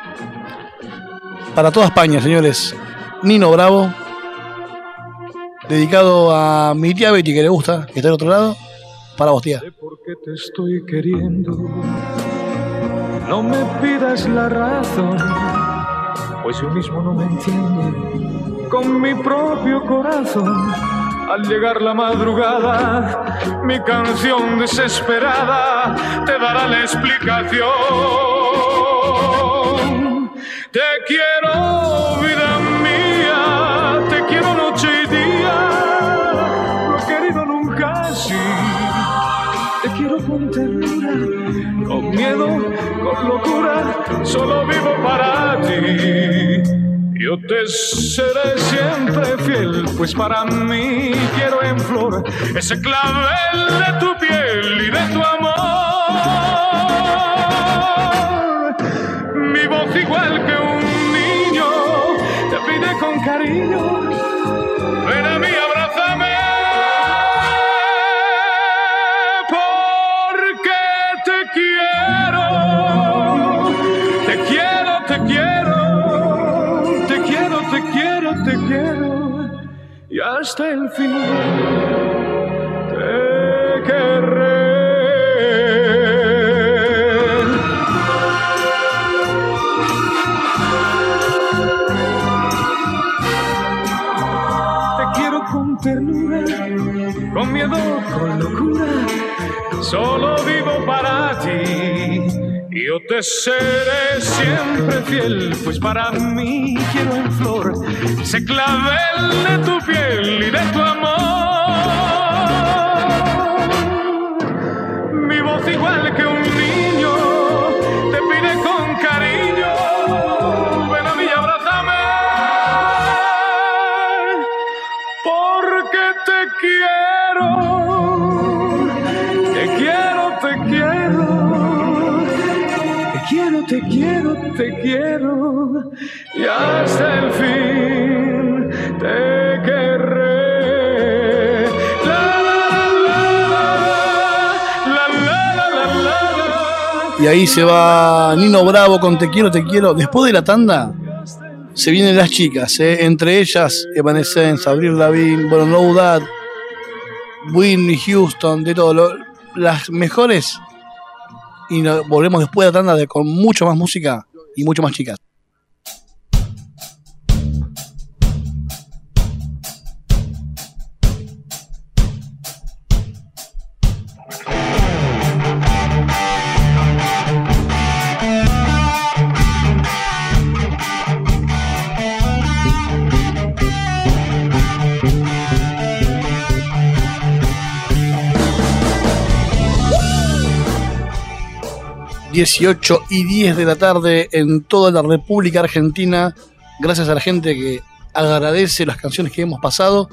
Speaker 2: para toda España, señores, Nino Bravo, dedicado a mi tía Betty, que le gusta, que está del otro lado, para vos, tía.
Speaker 9: Sé por qué te estoy queriendo, no me pidas la razón, pues yo mismo no me entiendo con mi propio corazón. Al llegar la madrugada, mi canción desesperada te dará la explicación. Te quiero, vida mía, te quiero noche y día, no he querido nunca así. Te quiero con ternura, con miedo, con locura, solo vivo para ti. Yo te seré siempre fiel, pues para mí quiero en flor ese clavel de tu piel y de tu amor. Mi voz igual que un niño te pide con cariño, ven a mí, abrázame, porque te quiero, te quiero, te quiero. Te quiero y hasta el final te querré. Te quiero con ternura, con miedo, con locura, solo vivo para ti. Yo te seré siempre fiel, pues para mí quiero en flor ese clavel de tu piel y de tu amor. Mi voz igual que un niño te pide con cariño, ven a mí y abrázame, porque te quiero, te quiero, te quiero. Te quiero, te quiero, y hasta el fin te querré. La, la, la, la.
Speaker 2: Y ahí se va Nino Bravo con Te quiero, te quiero. Después de la tanda se vienen las chicas, entre ellas Evanescence, Avril Lavigne, bueno, No Doubt, Whitney Houston, de todo, las mejores. Y volvemos después de la tanda con mucho más música y mucho más chicas. ...18 y 10 de la tarde en toda la República Argentina. Gracias a la gente que agradece las canciones que hemos pasado.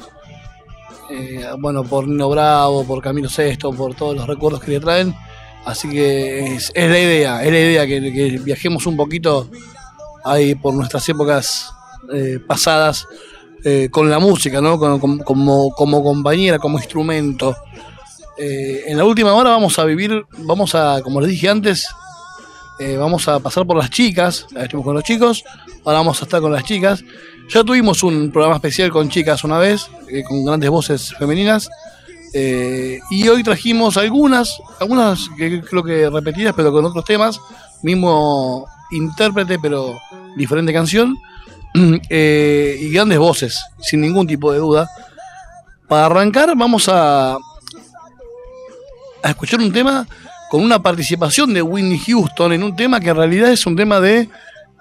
Speaker 2: Bueno, por Nino Bravo, por Camilo Sesto, por todos los recuerdos que le traen. Así que es la idea que viajemos un poquito ahí por nuestras épocas pasadas con la música, ¿no? Como compañera, como instrumento. En la última hora vamos a, como les dije antes, vamos a pasar por las chicas. Estuvimos con los chicos, ahora vamos a estar con las chicas. Ya tuvimos un programa especial con chicas una vez, con grandes voces femeninas, y hoy trajimos algunas que creo que repetidas, pero con otros temas, mismo intérprete, pero diferente canción, y grandes voces, sin ningún tipo de duda. Para arrancar vamos a escuchar un tema con una participación de Whitney Houston en un tema que en realidad es un tema de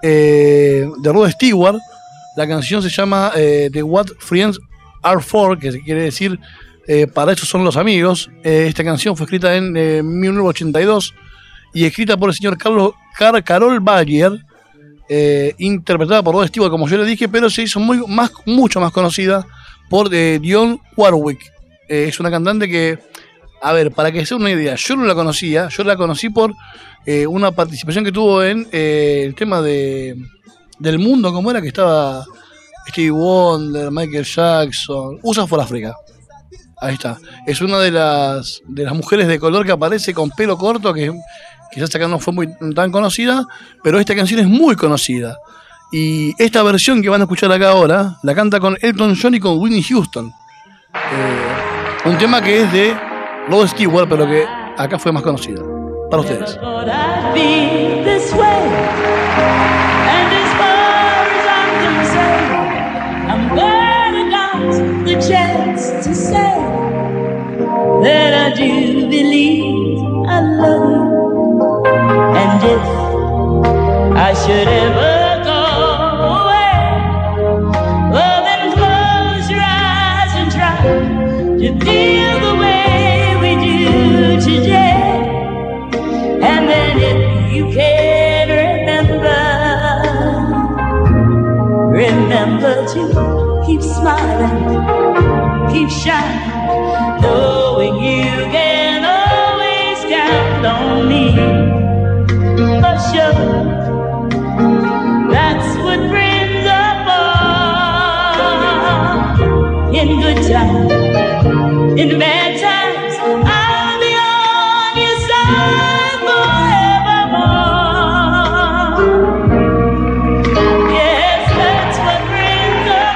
Speaker 2: Rod Stewart. La canción se llama The What Friends Are For, que quiere decir para eso son los amigos. Esta canción fue escrita en 1982 y escrita por el señor Carol Bayer, interpretada por Rod Stewart, como yo le dije, pero se hizo mucho más conocida por Dionne Warwick. Es una cantante que, a ver, para que sea una idea, yo no la conocía, yo la conocí por una participación que tuvo en el tema del mundo, como era que estaba Stevie Wonder, Michael Jackson, USA for Africa. Ahí está. Es una de las mujeres de color que aparece con pelo corto, que quizás acá no fue tan conocida, pero esta canción es muy conocida. Y esta versión que van a escuchar acá ahora, la canta con Elton John y con Whitney Houston. Un tema que es de Rod Stewart, pero que acá fue más conocida. Para ustedes.
Speaker 10: That I do believe I love you, and if I should ever go away, well then close your eyes and try to feel the way we do today, and then if you can remember but you keep smiling, keep shining, knowing you can always count on me. For sure, that's what friends are for. In good times, in bad times, I'll be on your side forevermore. Yes, that's what friends are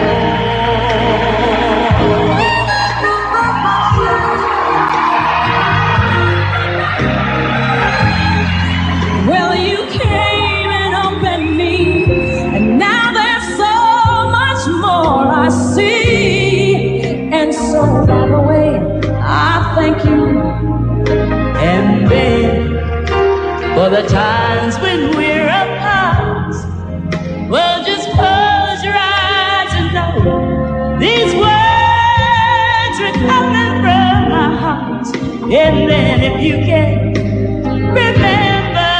Speaker 10: for. Well, you came and opened me, and now there's so much more I see. And so, by the way, I thank you. And then, for the times when we're apart, well, just close your eyes and know these words are coming from my heart. And then, if you can remember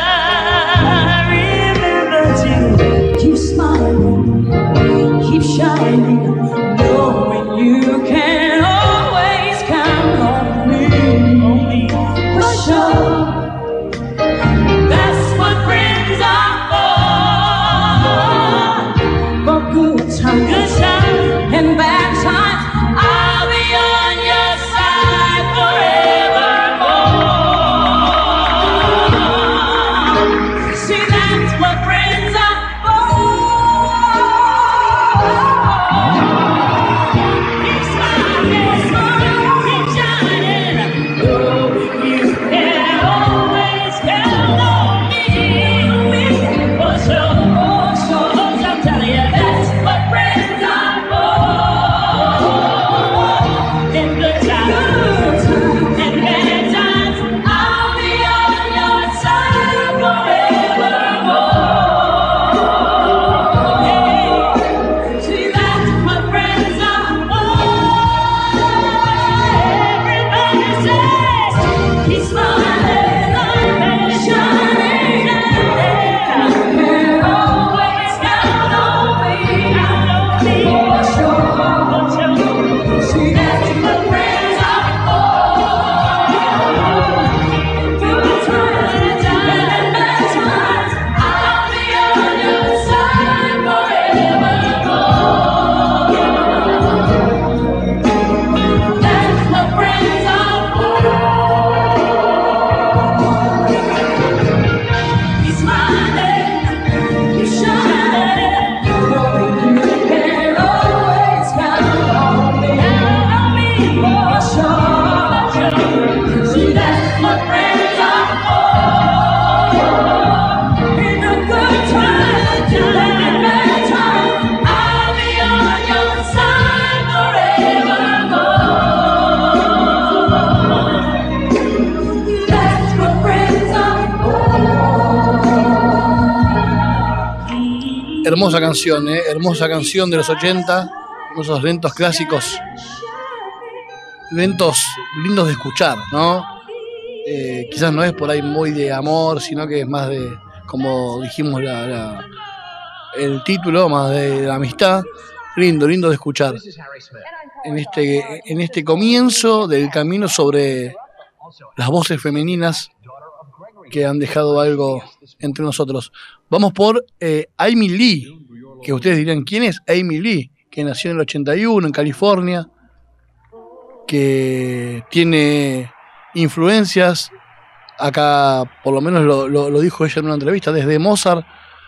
Speaker 10: to keep smiling, keep shining, knowing you can always count on me, for sure. That's what friends are for good times, and bad times. I'll be on your side forevermore. See, that's what friends are for. Keep smiling, keep shining, knowing you can always count on me. For sure, I'm telling you, that's what friends are for. In good times, in bad times, I'll be on your side forevermore. See, that's what friends are for. Everybody says, keep smiling, shining, and always count on me, for sure. See, that's what friends are for. Good times and bad times, I'll be on your side forevermore. That's what friends are for. Keep smiling, keep shining, knowing you can always count on me, for sure. See, that's what friends are for. In the good times and bad times, I'll be on your side forevermore. That's what friends are for.
Speaker 2: Hermosa canción, hermosa canción de los 80, esos lentos clásicos, lentos lindos de escuchar, ¿no? Quizás no es por ahí muy de amor, sino que es más de, como dijimos, el título, más de la amistad. Lindo de escuchar en este comienzo del camino sobre las voces femeninas que han dejado algo entre nosotros. Vamos por Amy Lee, que ustedes dirán, ¿quién es Amy Lee? Que nació en el 81 en California, que tiene influencias, acá por lo menos lo dijo ella en una entrevista, desde Mozart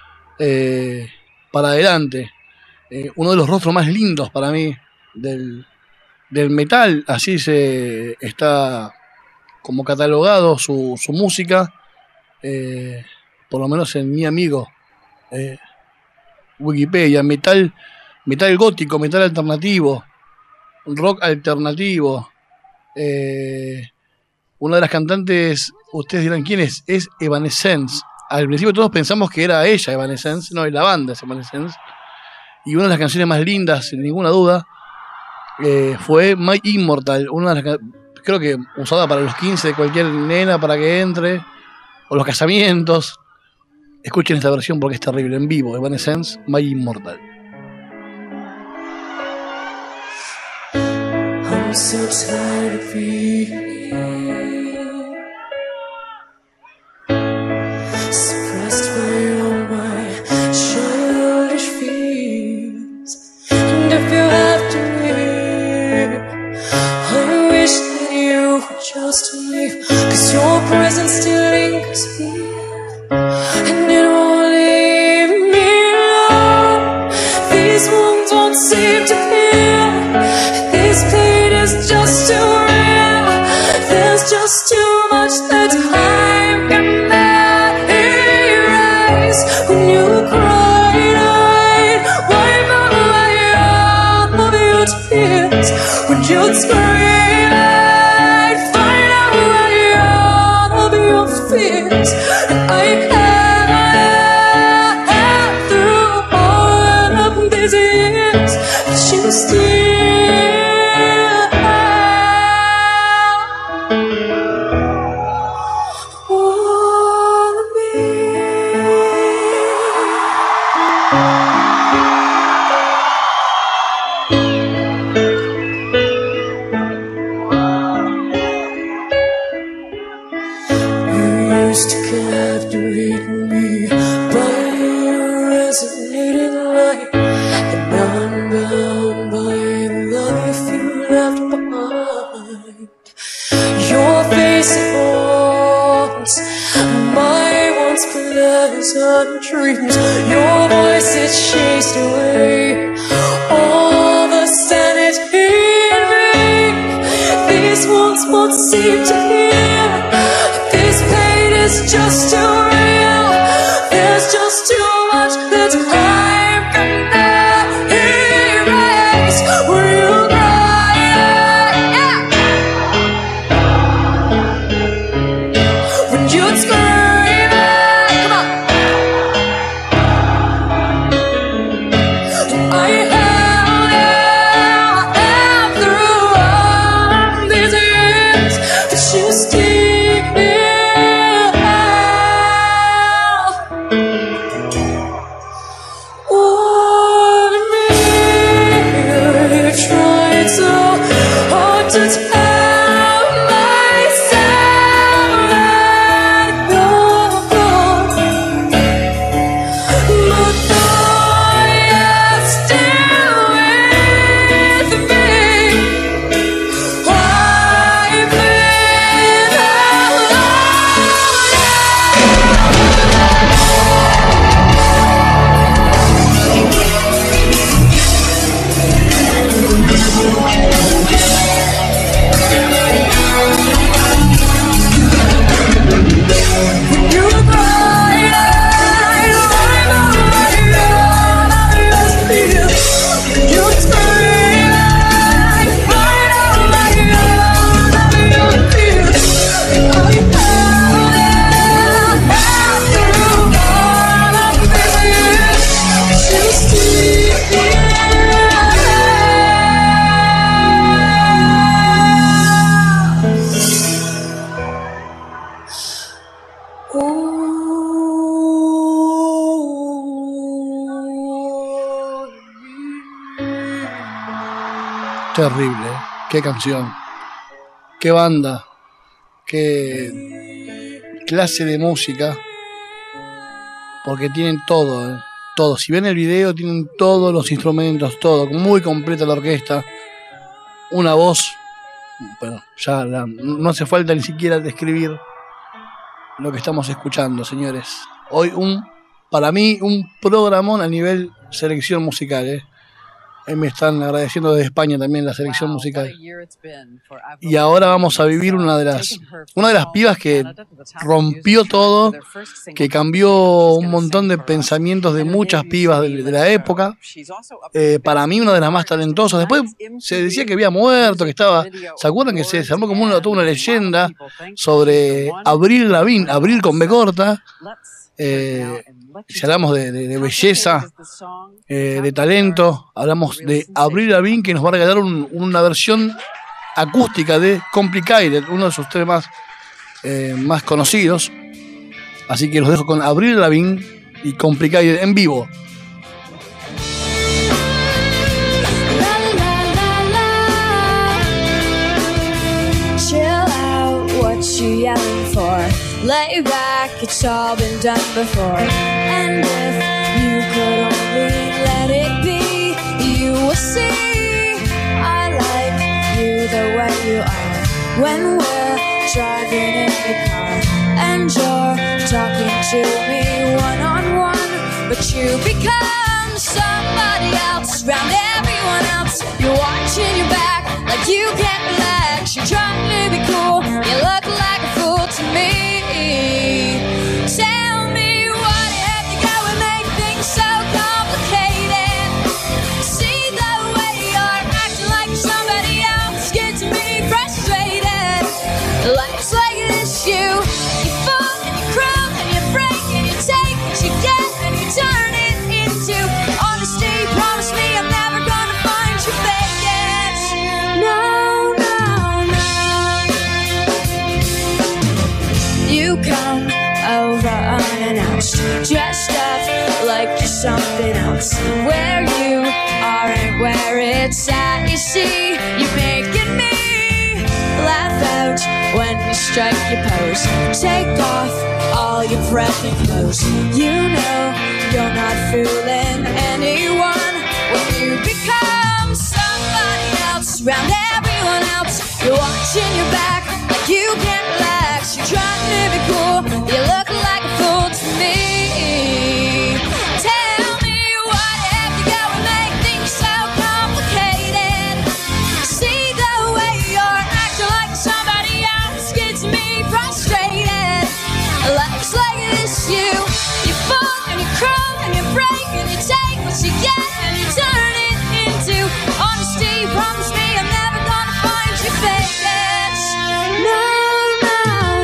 Speaker 2: para adelante. Uno de los rostros más lindos para mí del metal, así se está como catalogado su música, por lo menos en mi amigo Wikipedia, metal gótico, metal alternativo, rock alternativo. Una de las cantantes, ustedes dirán quién es Evanescence. Al principio todos pensamos que era ella Evanescence, no, la banda es Evanescence. Y una de las canciones más lindas, sin ninguna duda, fue My Immortal, una de las creo que usada para los 15 de cualquier nena para que entre, o los casamientos. Escuchen esta versión porque es terrible, en vivo, Evanescence, My Immortal.
Speaker 8: I'm so tired of being suppressed by all my childish fears. And if you have to leave, I wish that you would just leave, 'cause your presence still lingers here, and it won't leave me alone. These wounds won't seem to heal. This pain is just too real. There's just too much that time cannot erase. When you cried, I'd wipe away all of your tears. When you'd scream, I'd find out all of your fears. And I have through all of these years, but you still used to captivate me by your resonating light, and now I'm bound by the life you left behind. Your face it haunts my once pleasant dreams. Your voice it chased away all the sanity in me. These wounds won't seem to heal. This pain is just too real. There's just too much that time cannot erase. Will you cry? When you'd scream, come on. And I held through all these years, but you still to tell myself that you're gone, but though you're still with me, I've been
Speaker 2: Terrible, ¿eh? Qué canción, qué banda, qué clase de música, porque tienen todo, ¿eh? Todo. Si ven el video, tienen todos los instrumentos, todo, muy completa la orquesta, una voz, bueno, ya no hace falta ni siquiera describir lo que estamos escuchando, señores. Hoy para mí, un programón a nivel selección musical, ¿eh? Me están agradeciendo desde España también la selección musical. Y ahora vamos a vivir una de las pibas que rompió todo, que cambió un montón de pensamientos de muchas pibas de la época. Para mí una de las más talentosas. Después se decía que había muerto, que estaba... ¿Se acuerdan que se armó como toda una leyenda sobre Avril Lavigne, Avril con B corta? Si hablamos de belleza, de talento, hablamos de Avril Lavigne, que nos va a regalar una versión acústica de Complicated, uno de sus temas más conocidos. Así que los dejo con Avril Lavigne y Complicated en vivo.
Speaker 10: lay back, it's all been done before. And if you could only let it be, you will see I like you the way you are. When we're driving in the car and you're talking to me one-on-one, but you become somebody else around everyone else. You're watching your back like you can't relax. You're trying to be cool, you look like a fool to me. Tell me what you have to go and make things so complicated. See the way you're acting like somebody else gets me frustrated. Life's like this, you fall and you crawl and you break and you take what you get and you turn it into honesty. Promise me I'm never gonna find you vacant. No, no, no. You come over unannounced, dressed up like you're something else. Where you are and where it's at, you see, you're making me laugh out when you strike your pose. Take off all your prepping clothes. You know you're not fooling anyone when you become somebody else around everyone else. You're watching your back like you can't relax. You're trying to be cool, you look like a fool to me. Tell me what you have to go and make things so complicated. See the way you're acting like somebody else gets me frustrated. Life's like this, you fall and you crawl and you break and you take what you get and you turn it into honesty. Promise me I'm never gonna find you vacant. No, no,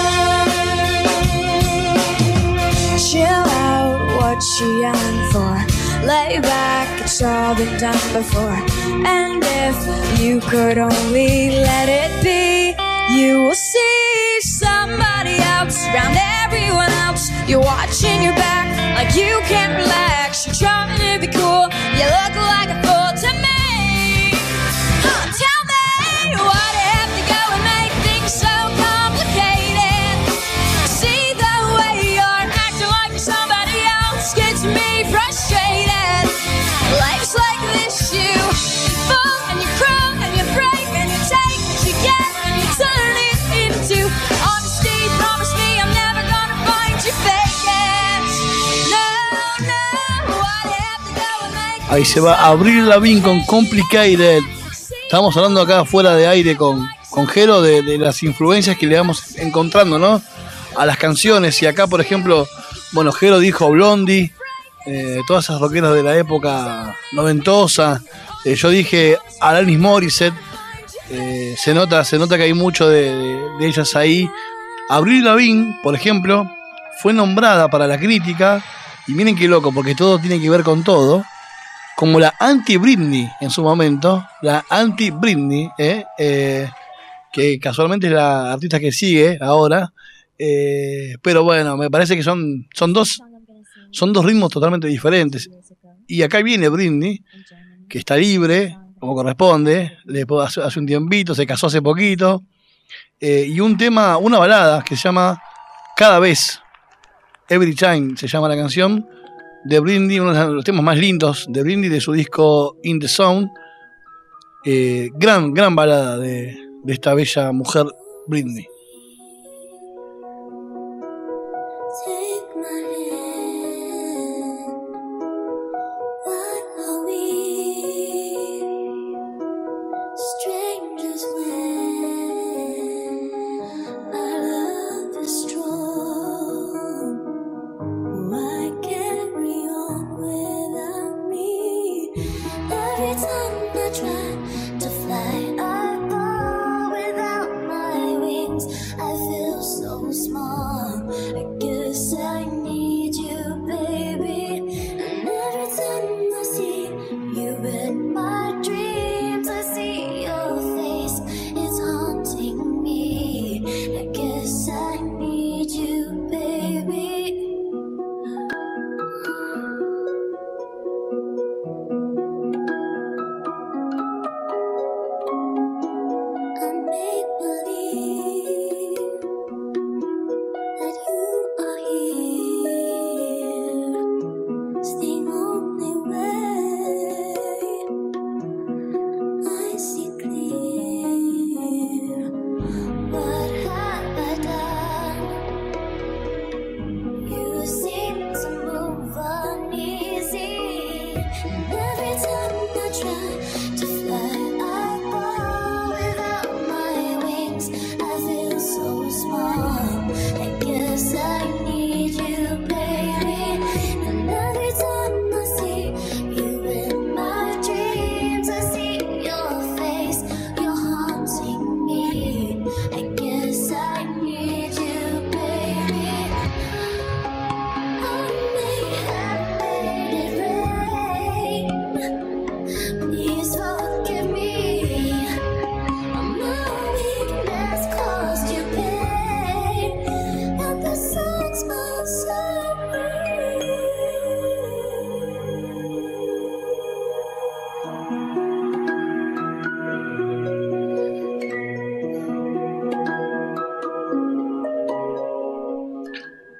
Speaker 10: no. Chill out, what you yelling for? Lay back, it's all been done before. And if you could only let it be, you will see somebody else around everyone else. You're watching your back like you can't relax. You're trying to be cool, you look like a fool to me. Tell me why you have to go and make things so complicated. See the way you're acting like somebody else gets me frustrated. Life's like this, you fall and you crawl and you break and you take what you get and you turn it into honesty. Promise me I'm never gonna find you vacant. No, no, why you have to go and make.
Speaker 2: Ahí se va Avril Lavigne con Complicated. Estamos hablando acá fuera de aire con Jero de las influencias que le vamos encontrando, ¿no? A las canciones. Y acá, por ejemplo, bueno, Jero dijo Blondie, todas esas rockeras de la época noventosa. Yo dije Alanis Morissette. Se nota que hay mucho de ellas ahí. Avril Lavigne, por ejemplo, fue nombrada para la crítica, y miren qué loco, porque todo tiene que ver con todo, como la anti-Britney en su momento, la anti-Britney, que casualmente es la artista que sigue ahora, pero bueno, me parece que son dos ritmos totalmente diferentes. Y acá viene Britney, que está libre, como corresponde, hace un tiempito, se casó hace poquito, y una balada que se llama Cada Vez, Every Time se llama la canción, de Britney, uno de los temas más lindos de Britney, de su disco In The Zone. Gran balada de esta bella mujer Britney.
Speaker 11: Try to fly, I fall without my wings.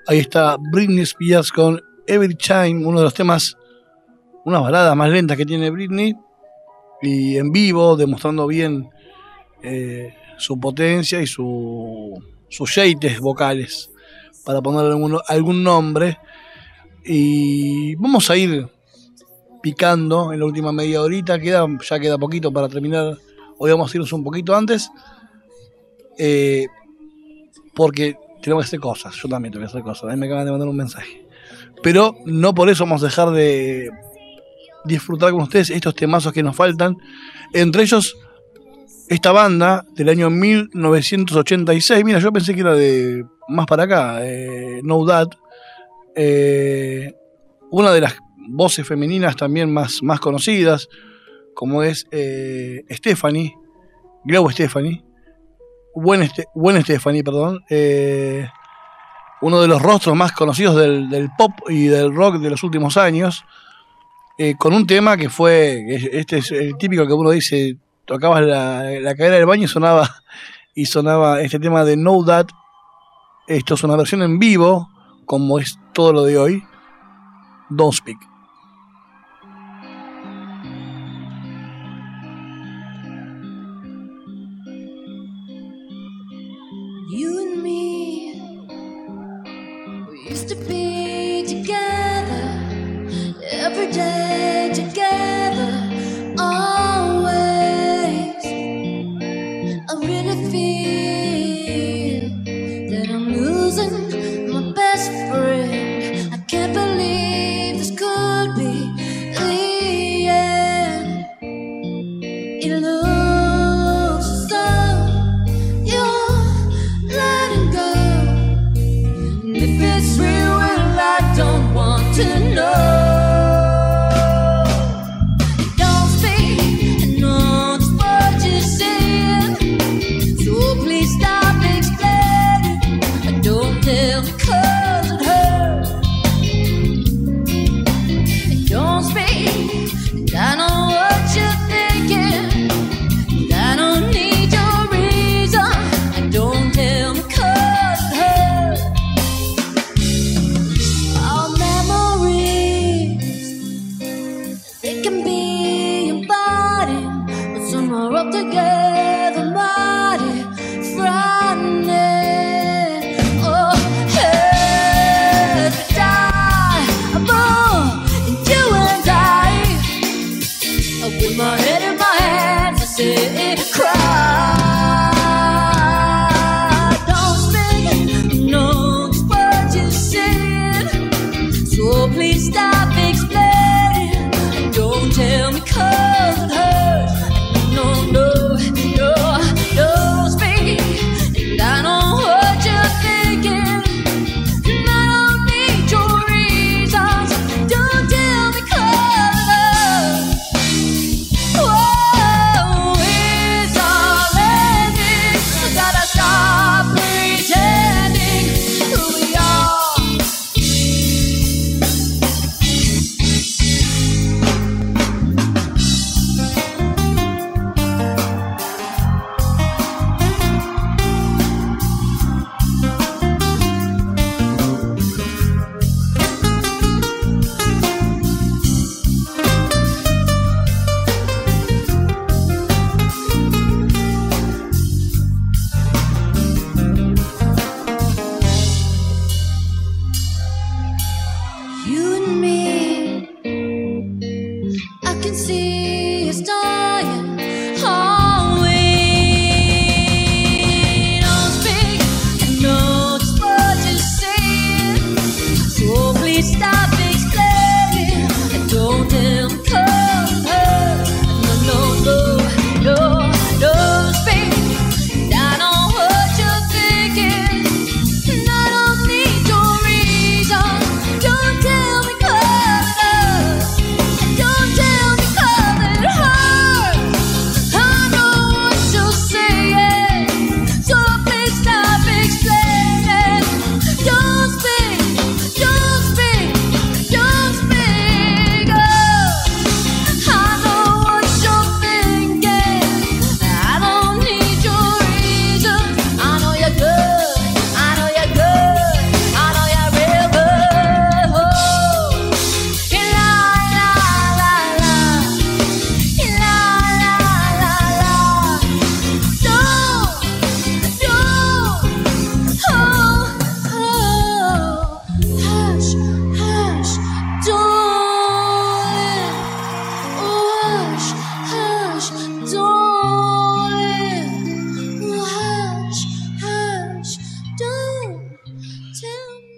Speaker 2: Ahí está Britney Spears con Every Time, uno de los temas, unas baladas más lentas que tiene Britney, y en vivo, demostrando bien su potencia y sus jeites vocales, para ponerle algún nombre. Y vamos a ir picando en la última media horita, ya queda poquito para terminar. Hoy vamos a irnos un poquito antes, porque tenemos que hacer cosas. Yo también tengo que hacer cosas. A mí me acaban de mandar un mensaje. Pero no por eso vamos a dejar de disfrutar con ustedes estos temazos que nos faltan. Entre ellos, esta banda del año 1986. Mira, yo pensé que era de más para acá. Know That. Una de las voces femeninas también más conocidas, como es Stefani, Glow Stefani, Gwen Stefani, perdón, uno de los rostros más conocidos del pop y del rock de los últimos años, con un tema que fue, este es el típico que uno dice, tocabas la cadera del baño y sonaba este tema de Know That. Esto es una versión en vivo, como es todo lo de hoy. Don't Speak.
Speaker 11: You and me, we used to be together, every day together, always. I really feel that I'm losing my best friend. I can't believe this could be the end. It looks as though you're letting go, and if it's real, well, I don't want to know. Don't speak, I know just what you're saying, so please stop explaining. Don't tell me 'cause it hurts. Don't speak, I know what you're thinking, but I don't need your reason. Don't tell me 'cause it hurts. Our memories, they can be embodied, but some are up together, mighty frightening. Oh, every time I'm born, and you and I put my head in my hands and say, cry. Don't speak, no, just what you're saying, so please stop explaining. Don't tell me 'cause it hurts. No, no,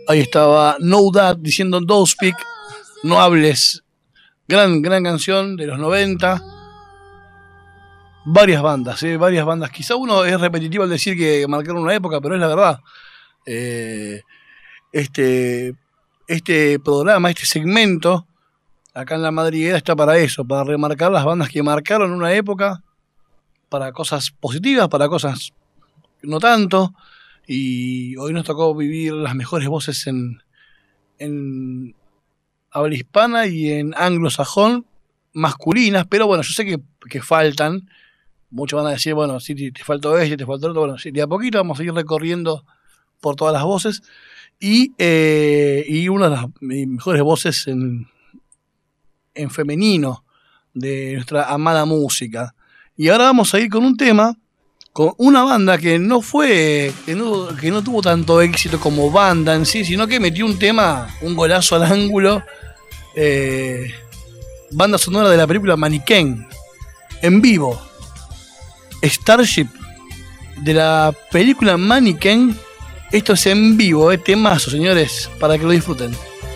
Speaker 2: Ahí estaba No Dad diciendo Don't Speak, no hables. Gran canción de los 90. Varias bandas. Quizá uno es repetitivo al decir que marcaron una época, pero es la verdad. Este programa, este segmento, acá en La Madriguera está para eso, para remarcar las bandas que marcaron una época, para cosas positivas, para cosas no tanto. Y hoy nos tocó vivir las mejores voces en habla hispana y en anglosajón masculinas, pero bueno, yo sé que faltan. Muchos van a decir, bueno, sí, te faltó este, te faltó otro. Bueno, sí, de a poquito vamos a ir recorriendo por todas las voces. Y una de las mejores voces en femenino de nuestra amada música. Y ahora vamos a ir con un tema, con una banda que no tuvo tanto éxito como banda en sí, sino que metió un tema, un golazo al ángulo. Banda sonora de la película Mannequin, en vivo. Starship, de la película Mannequin. Esto es en vivo, temazo, señores, para que lo disfruten.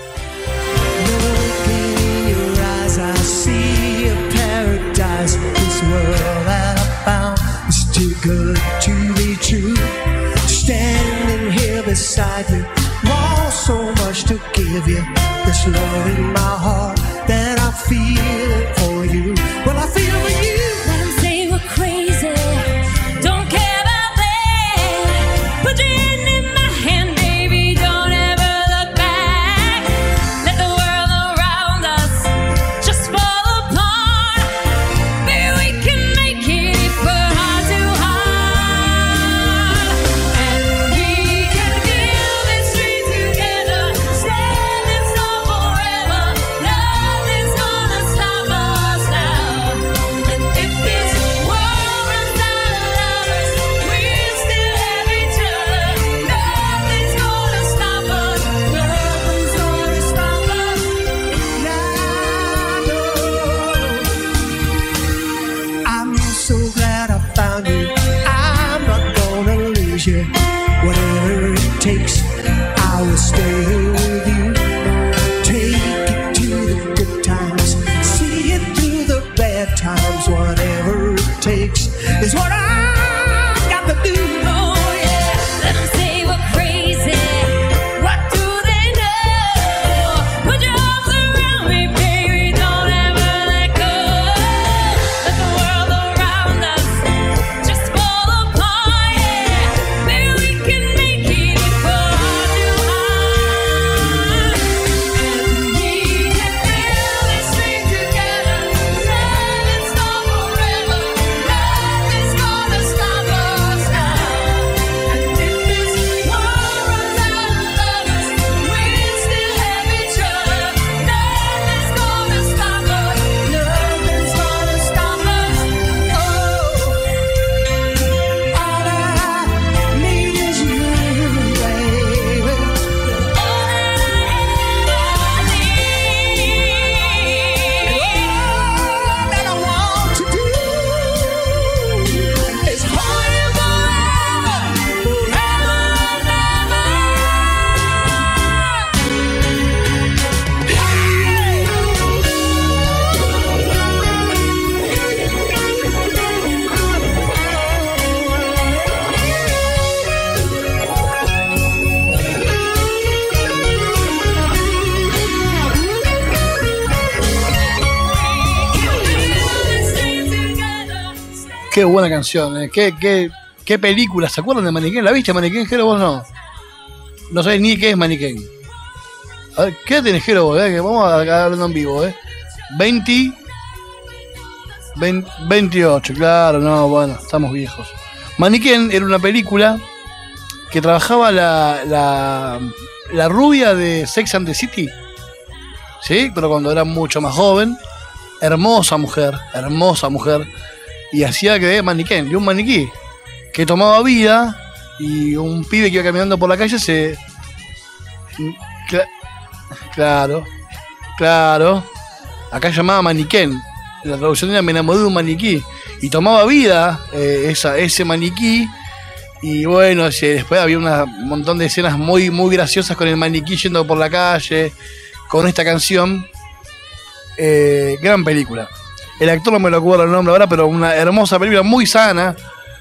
Speaker 2: Qué buena canción, qué película. ¿Se acuerdan de Mannequin? ¿La viste, Mannequin, Jero? Vos no. No sabés ni qué es Mannequin. A ver, ¿qué tenés, Jero, vos? Que vamos a hablando en vivo, 28, claro, no, bueno, estamos viejos. Mannequin era una película que trabajaba la rubia de Sex and the City, ¿sí? Pero cuando era mucho más joven. Hermosa mujer. Y hacía que de Mannequin, de un maniquí que tomaba vida, y un pibe que iba caminando por la calle se... Claro. Acá llamaba Mannequin. La traducción era Me enamoré de un maniquí. Y tomaba vida ese maniquí. Y bueno, después había un montón de escenas muy, muy graciosas con el maniquí yendo por la calle, con esta canción. Gran película. El actor no me lo acuerdo el nombre ahora, pero una hermosa película, muy sana.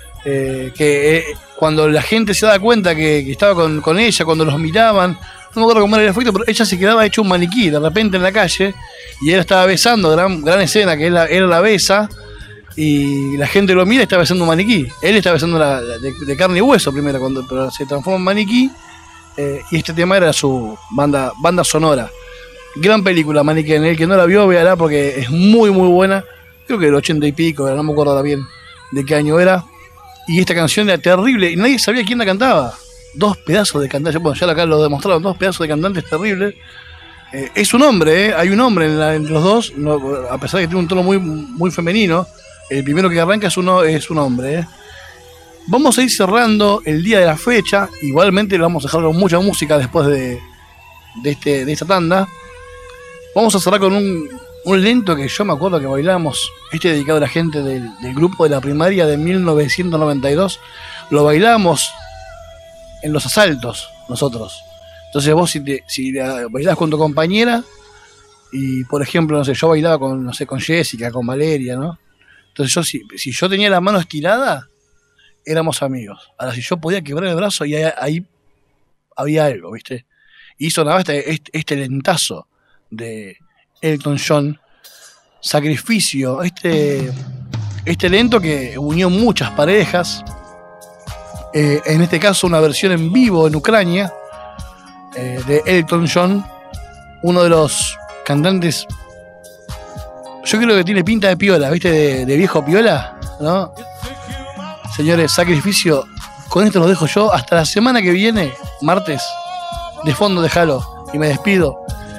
Speaker 2: Cuando la gente se da cuenta que estaba con ella, cuando los miraban, no me acuerdo cómo era el efecto, pero ella se quedaba hecho un maniquí de repente en la calle y él estaba besando, gran escena, que él la besa y la gente lo mira y está besando un maniquí. Él está besando de carne y hueso primero, pero se transforma en maniquí y este tema era su banda sonora. Gran película, Mannequin. El que no la vio, véala porque es muy, muy buena. Creo que del 80 y pico, no me acuerdo ahora bien de qué año era. Y esta canción era terrible y nadie sabía quién la cantaba. Dos pedazos de cantantes, bueno, ya acá lo demostraron, dos pedazos de cantantes terribles. Es un hombre, hay un hombre entre los dos, a pesar de que tiene un tono muy, muy femenino. El primero que arranca es un hombre. Vamos a ir cerrando el día de la fecha. Igualmente le vamos a dejar con mucha música después de esta tanda. Vamos a cerrar con un lento que yo me acuerdo que bailábamos, dedicado a la gente del grupo de la primaria de 1992. Lo bailamos en los asaltos, nosotros. Entonces vos si bailabas con tu compañera, y por ejemplo, no sé, yo bailaba con Jessica, con Valeria, ¿no? Entonces si yo tenía la mano estirada, éramos amigos. Ahora, si yo podía quebrar el brazo, y ahí había algo, ¿viste? Y sonaba este lentazo de Elton John, Sacrificio, este lento que unió muchas parejas, en este caso una versión en vivo en Ucrania, de Elton John, uno de los cantantes, yo creo que tiene pinta de piola, ¿viste? De viejo piola, ¿no? Señores, Sacrificio, con esto los dejo yo, hasta la semana que viene, martes, de fondo déjalo, y me despido.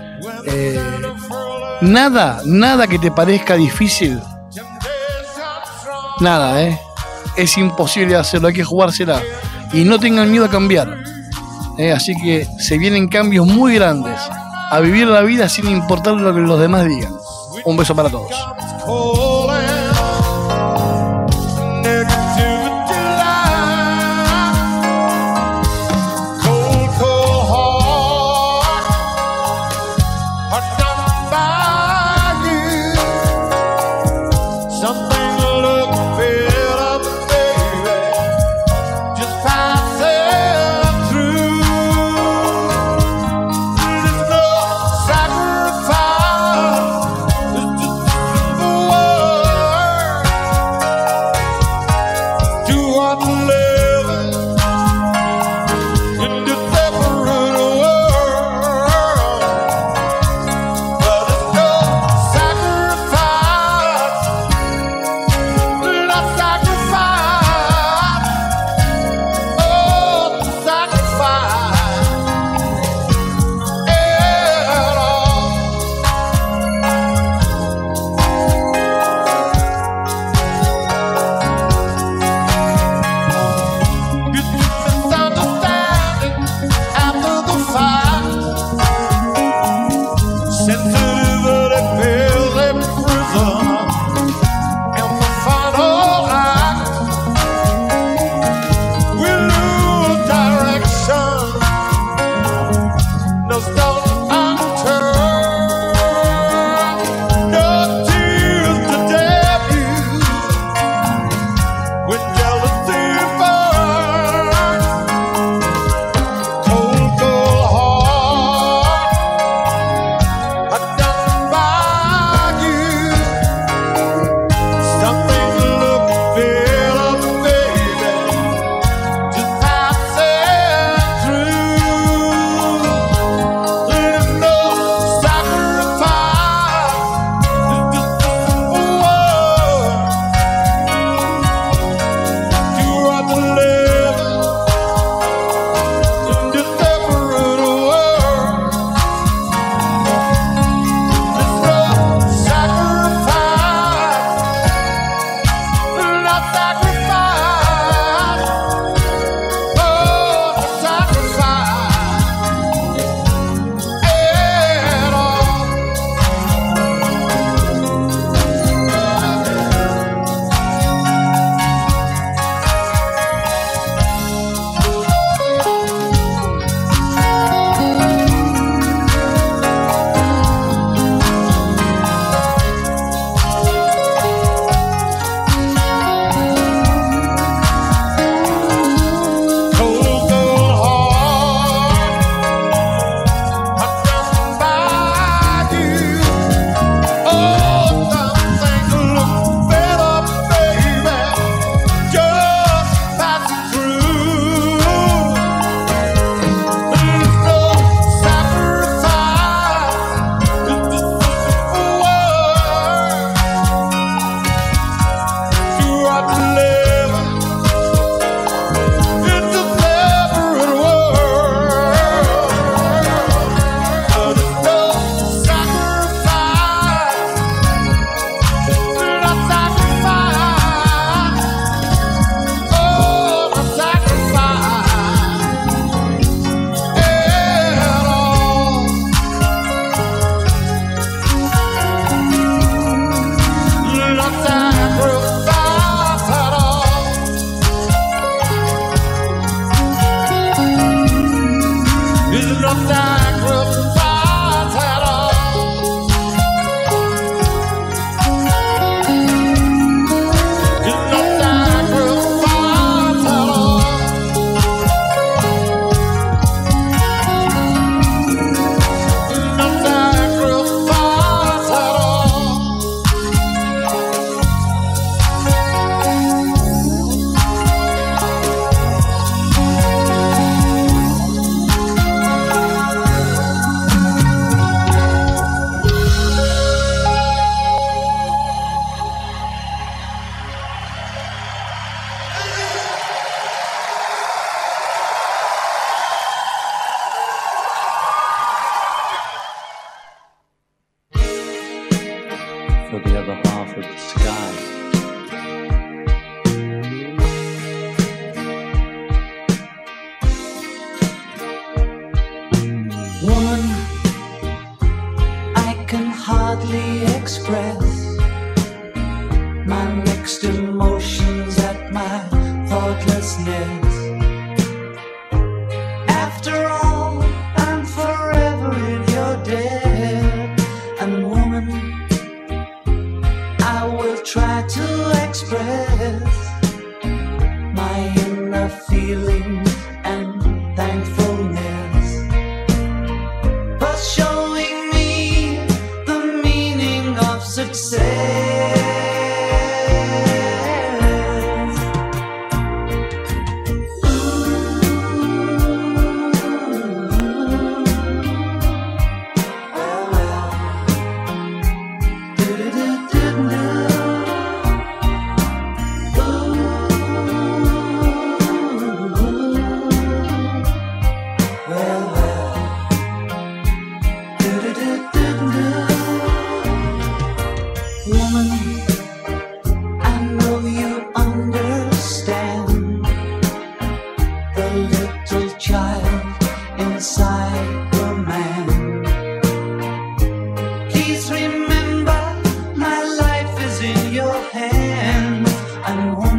Speaker 2: Nada que te parezca difícil, nada, es imposible hacerlo, hay que jugársela y no tengan miedo a cambiar, así que se vienen cambios muy grandes, a vivir la vida sin importar lo que los demás digan. Un beso para todos.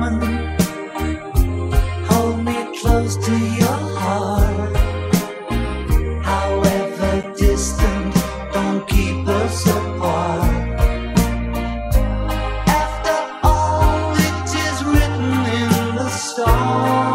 Speaker 8: woman, hold me close to your heart. However distant, don't keep us apart. After all, it is written in the stars.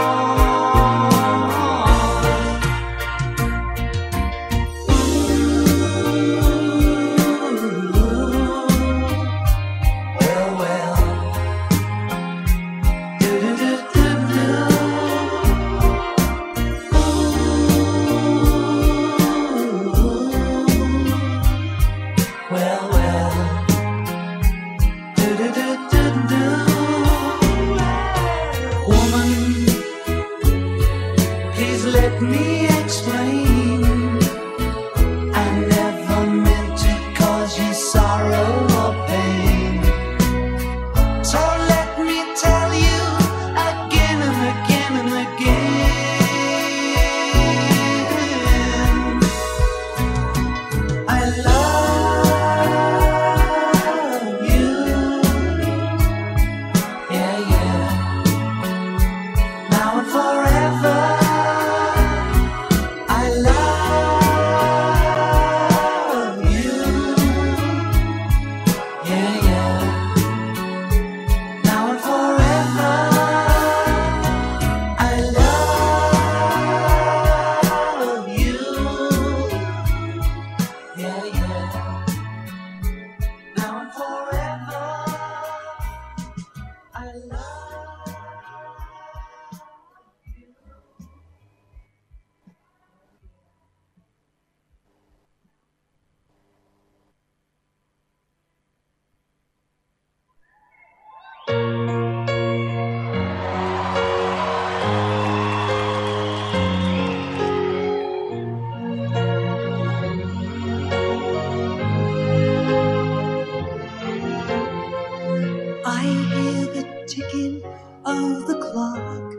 Speaker 1: I hear the ticking of the clock.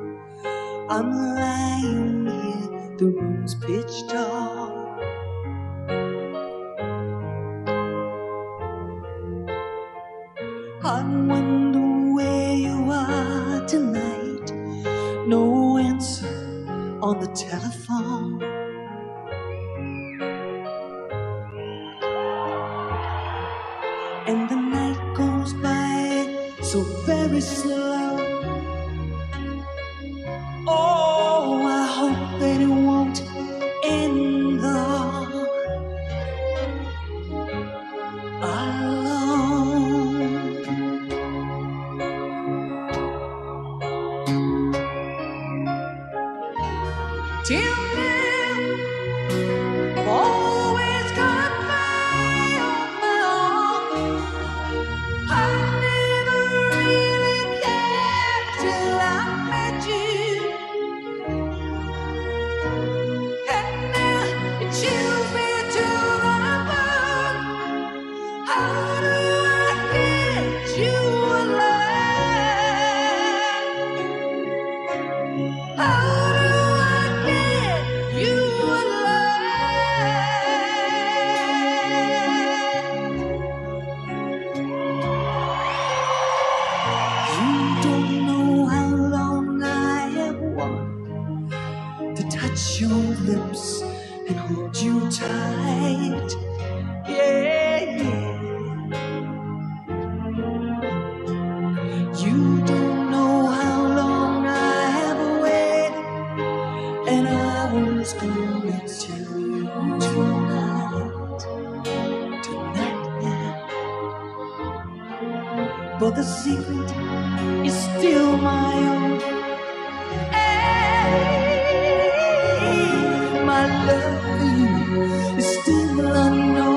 Speaker 1: I'm lying here, the room's pitch dark. I wonder where you are tonight. No answer on the telephone. And the night goes by so very slow. Oh, I hope that it won't end though. Alone. Till then, always got by on my own. I never really cared till I met you. And now it chills me to the bone. How do I get you alive? How do I get you alive? You don't know how long I have wanted to touch your lips and hold you tight. Yeah, yeah. You don't know how long I have waited, and I was gonna tell you tonight, yeah. But the secret is still my own. Hey, my love for you is still unknown.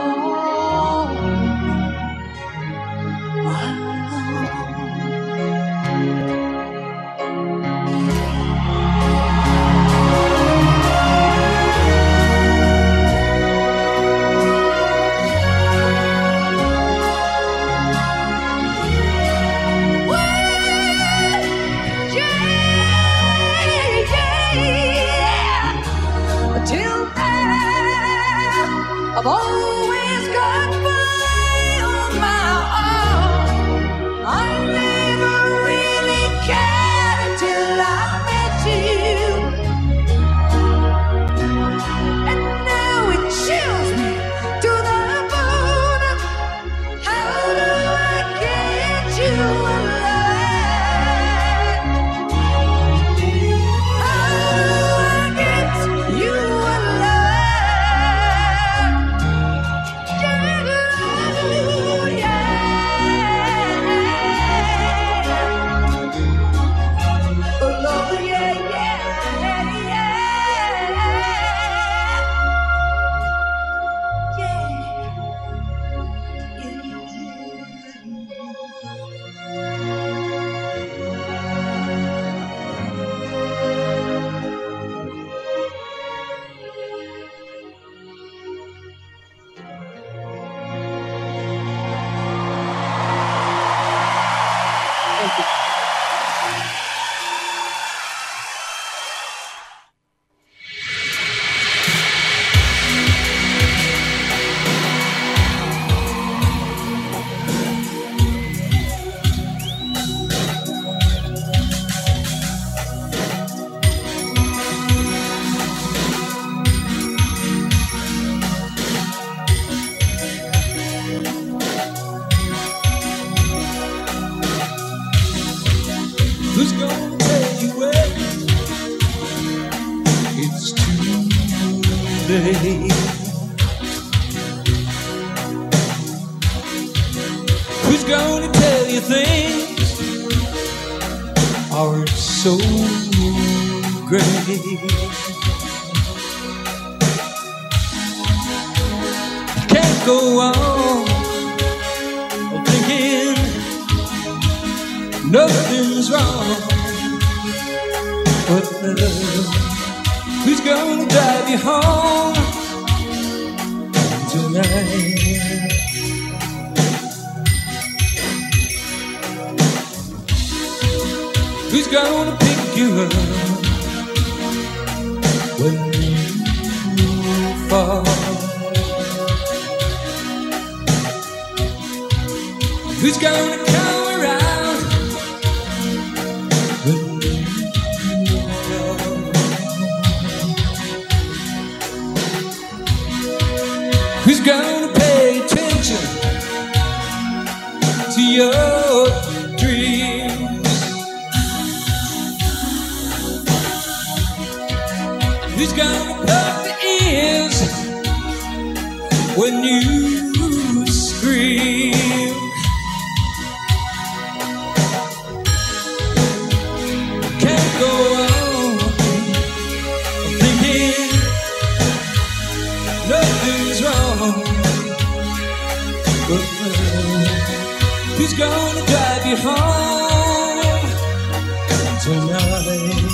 Speaker 1: Till then, I've always got by on my own. I never really
Speaker 5: gonna tell you when it's too late? Who's gonna tell you things aren't so great? Can't go on thinking nothing's wrong with love. Who's gonna drive you home tonight? Who's gonna pick you up when you fall? Who's gonna come around when you go? Who's gonna pay attention to your dreams? Who's gonna plug the ears when you scream? Can't go on thinking nothing's wrong with love. Who's gonna drive you home tonight?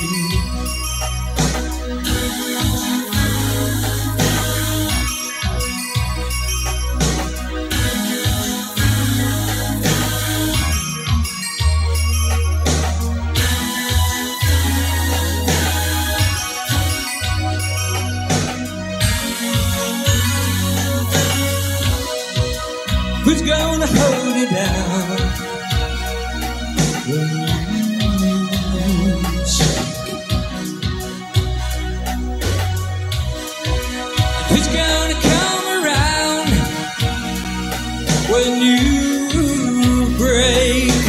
Speaker 5: Who's gonna hold you down when you shake? Who's gonna come around when you break?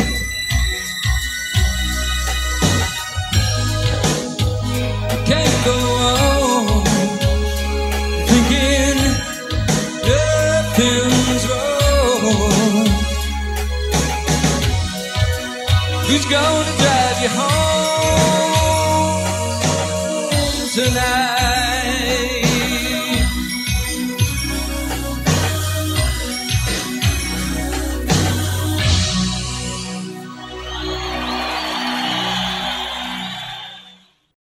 Speaker 5: Can't go on thinking nothing's wrong. Who's gonna